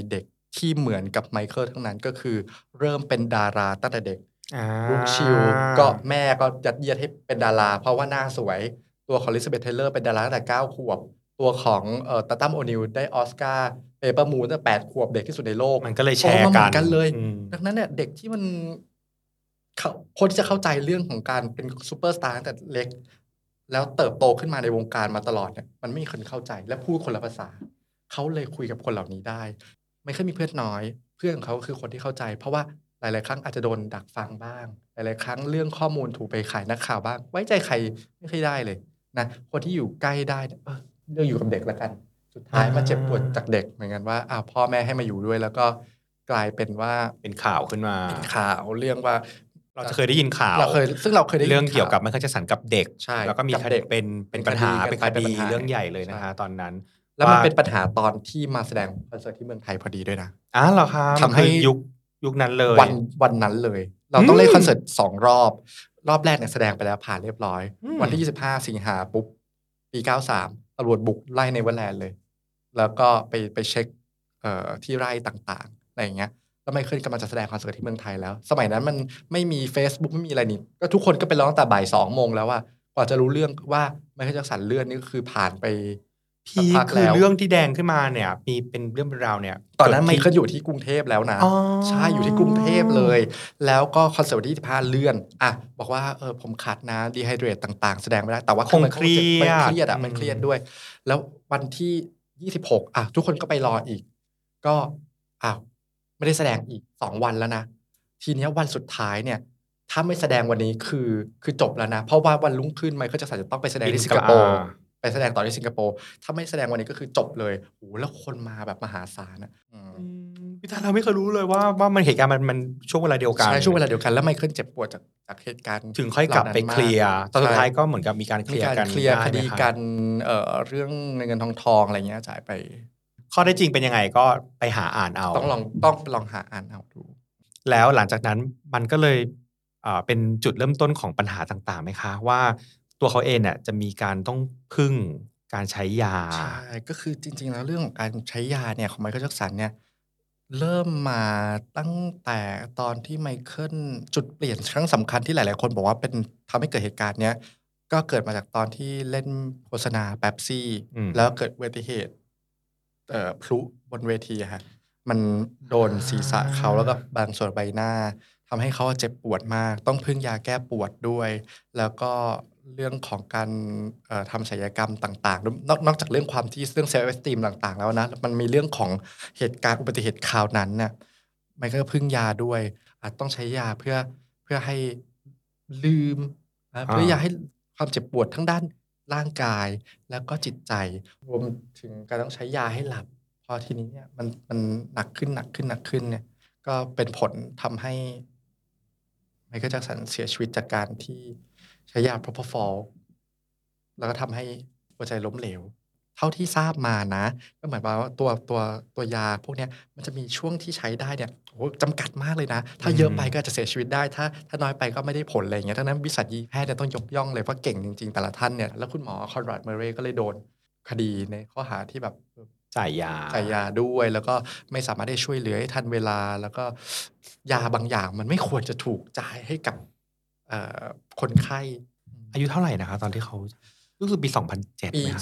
ที่เหมือนกับไมเคิลทั้งนั้นก็คือเริ่มเป็นดาราตั้งแต่เด็กลูกชิลก็แม่ก็ยัดเยียดให้เป็นดาราเพราะว่าหน้าสวยตัวของอลิซาเบธเทเลอร์เป็นดาราตั้งแต่9 ขวบตัวของตัตัมโอนิลได้ออสการ์เปเปอร์มูนตั้งแต่8 ขวบเด็กที่สุดในโลกมันก็เลยแชร์กันเลยดังนั้นเนี่ยเด็กที่มันคนที่จะเข้าใจเรื่องของการเป็นซูเปอร์สตาร์ตั้งแต่เล็กแล้วเติบโตขึ้นมาในวงการมาตลอดเนี่ยมันไม่มีคนเข้าใจและพูดคนละภาษาเขาเลยคุยกับคนเหล่านี้ได้ไม่เคยมีเพื่อนน้อยเพื่อนของเขาคือคนที่เข้าใจเพราะว่าหลายๆครั้งอาจจะโดนดักฟังบ้างหลายๆครั้งเรื่องข้อมูลถูกไปขายนักข่าวบ้างไว้ใจใครไม่เคยได้เลยนะคนที่อยู่ใกล้ได้เลือกอยู่กับเด็กแล้วกันสุดท้ายมาเจ็บปวดจากเด็กเหมือนกันว่าพ่อแม่ให้มาอยู่ด้วยแล้วก็กลายเป็นว่าเป็นข่าวขึ้นมาเป็นข่าวเรื่องว่าเราจะเคยได้ยินข่าวซึ่งเราเคยได้เรื่องเกี่ยวกับไมเคิลแจ็คสันกับเด็กแล้วก็มีคดีเป็นปัญหาเป็นคดีเรื่องใหญ่เลยนะคะตอนนั้นแล้วมันเป็นปัญหาตอนที่มาแสดงคอนเสิร์ตที่เมืองไทยพอดีด้วยนะเหรอครับทำให้ยุคนั้นเลยวันนั้นเลยเราต้องเล่นคอนเสิร์ต2 รอบแรกเนี่ยแสดงไปแล้วผ่านเรียบร้อยวันที่25 สิงหาปุ๊บปี93ตำรวจบุกไล่ในเวอร์แลนด์เลยแล้วก็ไปเช็คที่ไร่ต่างๆอะไรอย่างเงี้ยแล้วไมเคิลกำลังจะแสดงคอนเสิร์ตที่เมืองไทยแล้วสมัยนั้นมันไม่มี Facebook ไม่มีอะไรนี่ก็ทุกคนก็ไปร้องแต่บ่าย 2 โมงแล้วว่ากว่าจะรู้เรื่องว่าไมเคิลแจ็คสันเลื่อนนี่ก็คือผ่านไปพีคือเรื่องที่แดงขึ้นมาเนี่ยมีเป็นเรื่องเป็นราวเนี่ยตอนนั้นไมเคิลอยู่ที่กรุงเทพแล้วนะใช่อยู่ที่กรุงเทพเลยแล้วก็คอนเสิร์ตที่25เลื่อนบอกว่าผมขาดน้ำดีไฮเดรตต่างๆแสดงไม่ได้แต่ว่าคงเครียดมันเครียดด้วยแล้ววันที่26ทุกคนก็ไปรออีกก็ไม่ได้แสดงอีก2 วันแล้วนะทีนี้วันสุดท้ายเนี่ยถ้าไม่แสดงวันนี้คือจบแล้วนะเพราะว่าวันรุ่งขึ้นไมเคิลแจ็คสันจะต้องไปแสดงที่สิงคโปร์ไปแสดงต่อที่สิงคโปร์ถ้าไม่แสดงวันนี้ก็คือจบเลยโอ้แล้วคนมาแบบมหาศาลนะพี่ตาเราไม่เคยรู้เลยว่ามันเหตุการณ์มันช่วงเวลาเดียวกันใช่ช่วงเวลาเดียวกันแล้วไมเคิลเจ็บปวดจากเหตุการณ์ถึงค่อยกลับไปเคลียร์ตอนสุดท้ายก็เหมือนกับมีการเคลียร์กันคดีกันเรื่องเงินทองอะไรเงี้ยจ่ายไปข้อได้จริงเป็นยังไงก็ไปหาอ่านเอาต้องลองหาอ่านเอาดูแล้วหลังจากนั้นมันก็เลยเป็นจุดเริ่มต้นของปัญหาต่างๆไหมคะว่าตัวเขาเองเนี่ยจะมีการต้องพึ่งการใช้ยาใช่ก็คือจริงๆแล้วเรื่องของการใช้ยาเนี่ยของไมเคิลแจ็คสันเนี่ยเริ่มมาตั้งแต่ตอนที่ไมเคิลจุดเปลี่ยนครั้งสำคัญที่หลายๆคนบอกว่าเป็นทำให้เกิดเหตุการณ์เนี้ยก็เกิดมาจากตอนที่เล่นโฆษณาเป๊ปซี่แล้วเกิดอุบัติเหตุพลุบนเวทีฮะมันโดนศีรษะเขาแล้วก็บางส่วนใบหน้าทำให้เขาเจ็บปวดมากต้องพึ่งยาแก้ปวดด้วยแล้วก็เรื่องของการทำศัลยกรรมต่างๆนอกจากเรื่องความที่เรื่องเซลฟ์เอสติมต่างๆแล้วนะมันมีเรื่องของเหตุการณ์อุบัติเหตุคราวนั้นเนี่ยมันก็พึ่งยาด้วยอาจต้องใช้ยาเพื่อให้ลืมเพื่อยาให้ความเจ็บปวดทั้งด้านร่างกายแล้วก็จิตใจรวมถึงการต้องใช้ยาให้หลับพอทีนี้เนี่ยมันหนักขึ้นเนี่ยก็เป็นผลทำให้ไมเคิลแจ็คสันเสียชีวิตจากการที่ใช้ยา propofol แล้วก็ทำให้หัวใจล้มเหลวเท่าที่ทราบมานะก็หมายความว่าตัวยาพวกนี้มันจะมีช่วงที่ใช้ได้เนี่ยโอ้จำกัดมากเลยนะถ้าเยอะไปก็อาจจะเสียชีวิตได้ถ้าน้อยไปก็ไม่ได้ผลอะไรอย่างเงี้ยดังนั้นวิสัญญีแพทย์เนี่ยต้องยกย่องเลยว่าเก่งจริงๆแต่ละท่านเนี่ยแล้วคุณหมอคอนราด เมอร์เรย์ก็เลยโดนคดีในข้อหาที่แบบจ่ายยาด้วยแล้วก็ไม่สามารถได้ช่วยเหลือให้ทันเวลาแล้วก็ยาบางอย่างมันไม่ควรจะถูกจ่ายให้กับคนไข้อายุเท่าไหร่นะคะตอนที่เขารู้สึกปี2007 ปี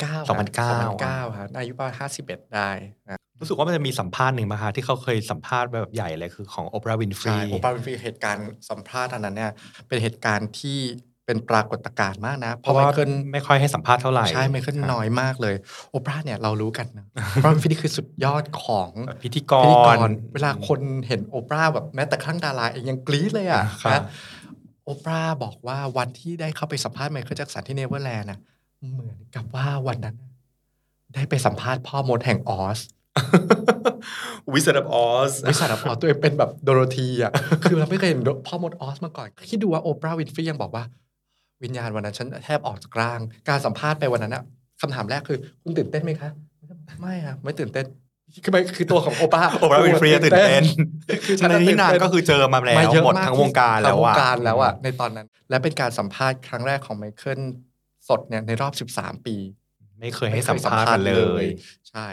2009ครับอายุประมาณ51ได้รู้สึกว่ามันจะมีสัมภาษณ์หนึ่งมาค่ะที่เขาเคยสัมภาษณ์แบบใหญ่เลยคือของโอปราห์ วินฟรีโอปราห์ วินฟรีเหตุการณ์สัมภาษณ์อันนั้นเนี่ยเป็นเหตุการณ์ที่เป็นปรากฏการณ์มากนะเพราะว่าไม่ค่อยให้สัมภาษณ์เท่าไหร่ใช่ไมเคิลน้อยมากเลยโอปราห์เนี่ยเรารู้กันนะโอปราห์ วินฟรีคือสุดยอดของพิธีกรเวลาคนเห็นโอปราห์แบบแม้แต่ครั้งดาราเองยังกรี๊ดเลยอ่ะนะโอปราห์บอกว่าวันที่ได้เข้าไปสัมภาษณ์ไมเคิลแจ็คสันที่เนเธอร์แลนด์เหมือนกับว่าวันนั้นได้ไปสัมภาษณ์พ่อมดแห่งออส Wizard of Oz ตัวเองเป็นแบบโดโรธีอ่ะคือเราไม่เคยเห็นพ่อมดออสมาก่อนคิดดูว่าโอปราห์ วินฟรียังบอกว่าวิญญาณวันนั้นฉันแทบออกจากร่างการสัมภาษณ์ไปวันนั้นนะคำถามแรกคือคุณตื่นเต้นไหมคะไม่ครับไม่ตื่นเต้นคือตัวของโอปราห์วินฟรีตื่นเต้นคือในที่นานก็คือเจอมาแล้วหมดทั้งวงการแล้วอ่ะในตอนนั้นและเป็นการสัมภาษณ์ครั้งแรกของไมเคิลสดเนี่ยในรอบ13 ปีไม่เคยให้สัมภาษณ์เลยใช่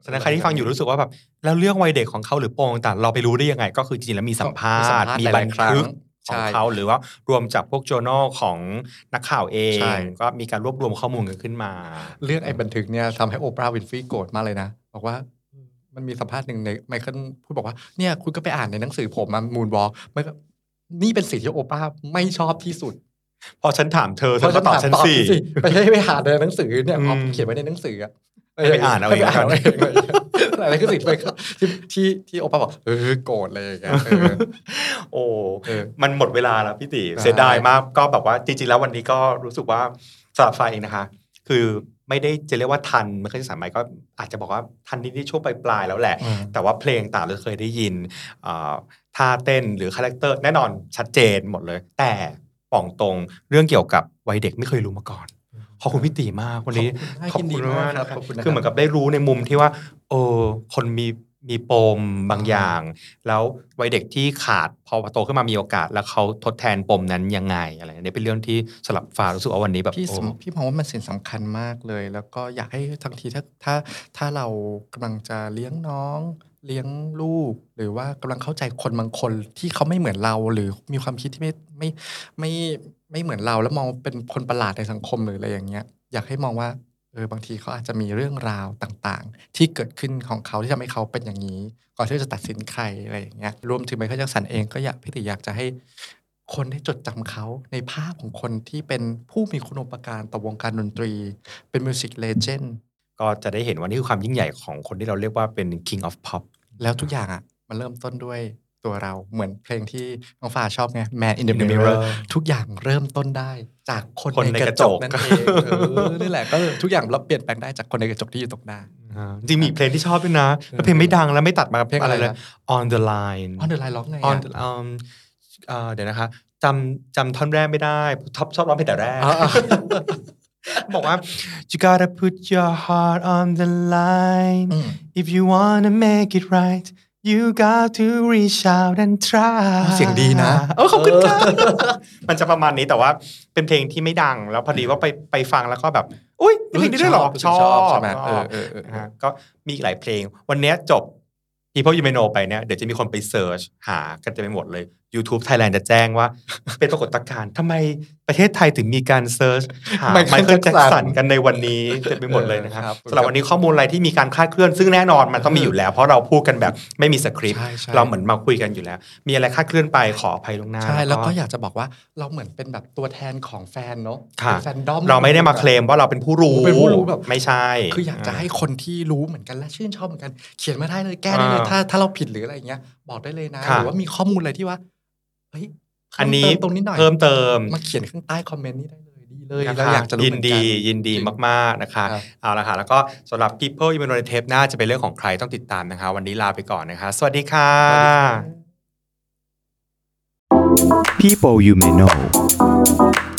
ฉะนั้นใครที่ฟังอยู่รู้สึกว่าแบบแล้วเรื่องวัยเด็กของเขาหรือปมต่างๆเราไปรู้ได้ยังไงก็คือจริงๆแล้วมีสัมภาษณ์มีบันทึกของเขาหรือว่ารวมจากพวก journal ของนักข่าวเองก็มีการรวบรวมข้อมูลกันขึ้นมาเรื่องไอ้บันทึกเนี่ยทำให้โอปราห์วินฟรีย์โกรธมากเลยนะบอกว่ามันมีสัมภาษณ์หนึ่งในไมเคิลพูดบอกว่าเนี่ยคุณก็ไปอ่านในหนังสือผมมูนวอล์กนี่เป็นสิ่งที่โอปราห์ไม่ชอบที่สุดพอฉันถามเธอก็ตอบฉันสิไม่ใช่ไปหาในหนังสือเนี่ยพอเขียนไว้ในหนังสือไปอ่านเอาเองอะไรคือสิ่งที่โอปราห์บอกโกรธเลยอย่างเงี้ยโอ้มันหมดเวลาแล้วพี่ติเสียดายมากก็แบบว่าจริงๆแล้ววันนี้ก็รู้สึกว่าสำหรับไฟเองนะคะคือไม่ได้จะเรียกว่าทันไม่เคยสมัยก็อาจจะบอกว่าทันที่ช่วงปลายๆแล้วแหละแต่ว่าเพลงต่างเราเคยได้ยินท่าเต้นหรือคาแรคเตอร์แน่นอนชัดเจนหมดเลยแต่ป่องตรงเรื่องเกี่ยวกับวัยเด็กไม่เคยรู้มาก่อนขอบคุณพี่ตีมากวันนี้ขอบคุณมากครับคือเหมือนกับได้รู้ในมุมที่ว่าคนมีปมบางอย่างแล้ววัยเด็กที่ขาดพอโตขึ้นมามีโอกาสแล้วเขาทดแทนปมนั้นยังไงอะไรนี่เป็นเรื่องที่สำหรับฟ้ารู้สึกว่าวันนี้แบบพี่มองว่ามันสิ่งสำคัญมากเลยแล้วก็อยากให้ทั้งทีถ้าเรากำลังจะเลี้ยงน้องเลี้ยงลูกหรือว่ากำลังเข้าใจคนบางคนที่เขาไม่เหมือนเราหรือมีความคิดที่ไม่เหมือนเราแล้วมองเป็นคนประหลาดในสังคมหรืออะไรอย่างเงี้ยอยากให้มองว่าบางทีเขาอาจจะมีเรื่องราวต่างๆที่เกิดขึ้นของเขาที่ทำให้เขาเป็นอย่างนี้ก่อนที่จะตัดสินใครอะไรอย่างเงี้ยรวมถึงไมเคิลแจ็คสันเองก็พี่ติอยากจะให้คนได้จดจำเขาในภาพของคนที่เป็นผู้มีคุณูปการต่อวงการดนตรีเป็นมิวสิกเลเจนด์ก็จะได้เห็นว่านี่คือความยิ่งใหญ่ของคนที่เราเรียกว่าเป็น King of Pop แล้วทุกอย่างมันเริ่มต้นด้วยตัวเราเหมือนเพลงที่น้องฟ้าชอบไง Man in the Mirror ทุกอย่างเริ่มต้นได้จากคนในกระจกนั่นเองนี่แหละก็ทุกอย่างเราเปลี่ยนแปลงได้จากคนในกระจกที่อยู่ตรงหน้าจริงมีเพลงที่ชอบด้วยนะเพลงไม่ดังแล้วไม่ตัดมาเพลงอะไรเลย On the Line ร้องไงเดี๋ยวนะคะจำท่อนแรกไม่ได้ชอบร้องเพลงแต่แรกบอกว่า you gotta put your heart on the line if you wanna make it right you got to reach out and try เสียงดีนะขอบคุณค่ะมันจะประมาณนี้แต่ว่าเป็นเพลงที่ไม่ดังแล้วพอดีว่าไปฟังแล้วก็แบบอุ้ยเพลงนี้ด้วยหรอชอบใช่ไหมก็มีอีกหลายเพลงวันนี้จบ People You May Know ไปเนี่ยเดี๋ยวจะมีคนไปเสิร์ชหากันเต็มไปหมดเลย YouTube Thailand จะแจ้งว่าเป็นปรากฏการณ์ทำไมประเทศไทยถึงมีการเสิร์ชหาไมเคิลแจ็คสันกันในวันนี้เต็มไปหมดเลยนะครับสำหรับวันนี้ข้อมูลอะไรที่มีการคลาดเคลื่อนซึ่งแน่นอนมันต้องมีอยู่แล้วเพราะเราพูดกันแบบไม่มีสคริปต์เราเหมือนมาคุยกันอยู่แล้วมีอะไรคลาดเคลื่อนไปขออภัยล่วงหน้าใช่แล้วก็อยากจะบอกว่าเราเหมือนเป็นแบบตัวแทนของแฟนเนาะแฟนดอมเราไม่ได้มาเคลมว่าเราเป็นผู้รู้แบบไม่ใช่คืออยากจะให้คนที่รู้เหมือนกันและชื่นชอบเหมือนกันเขียนมาได้เลยแก้ได้เลยถ้าเราผิดหรืออะไรอย่างเงี้ยบอกได้เลยนะหรือว่ามีข้อมูลอะไรที่ว่าเฮ้ยอันนี้ตรงนี้หน่อยเพิ่มเติมมาเขียนข้างใต้คอมเมนต์นี้ได้เลยดีเลยเราอยากจะรู้เหมือนกันยินดีมากๆนะคะเอาละค่ะแล้วก็สำหรับ People You May Know ในเทปหน้าจะเป็นเรื่องของใครต้องติดตามนะคะวันนี้ลาไปก่อนนะคะสวัสดีค่ะ People You May Know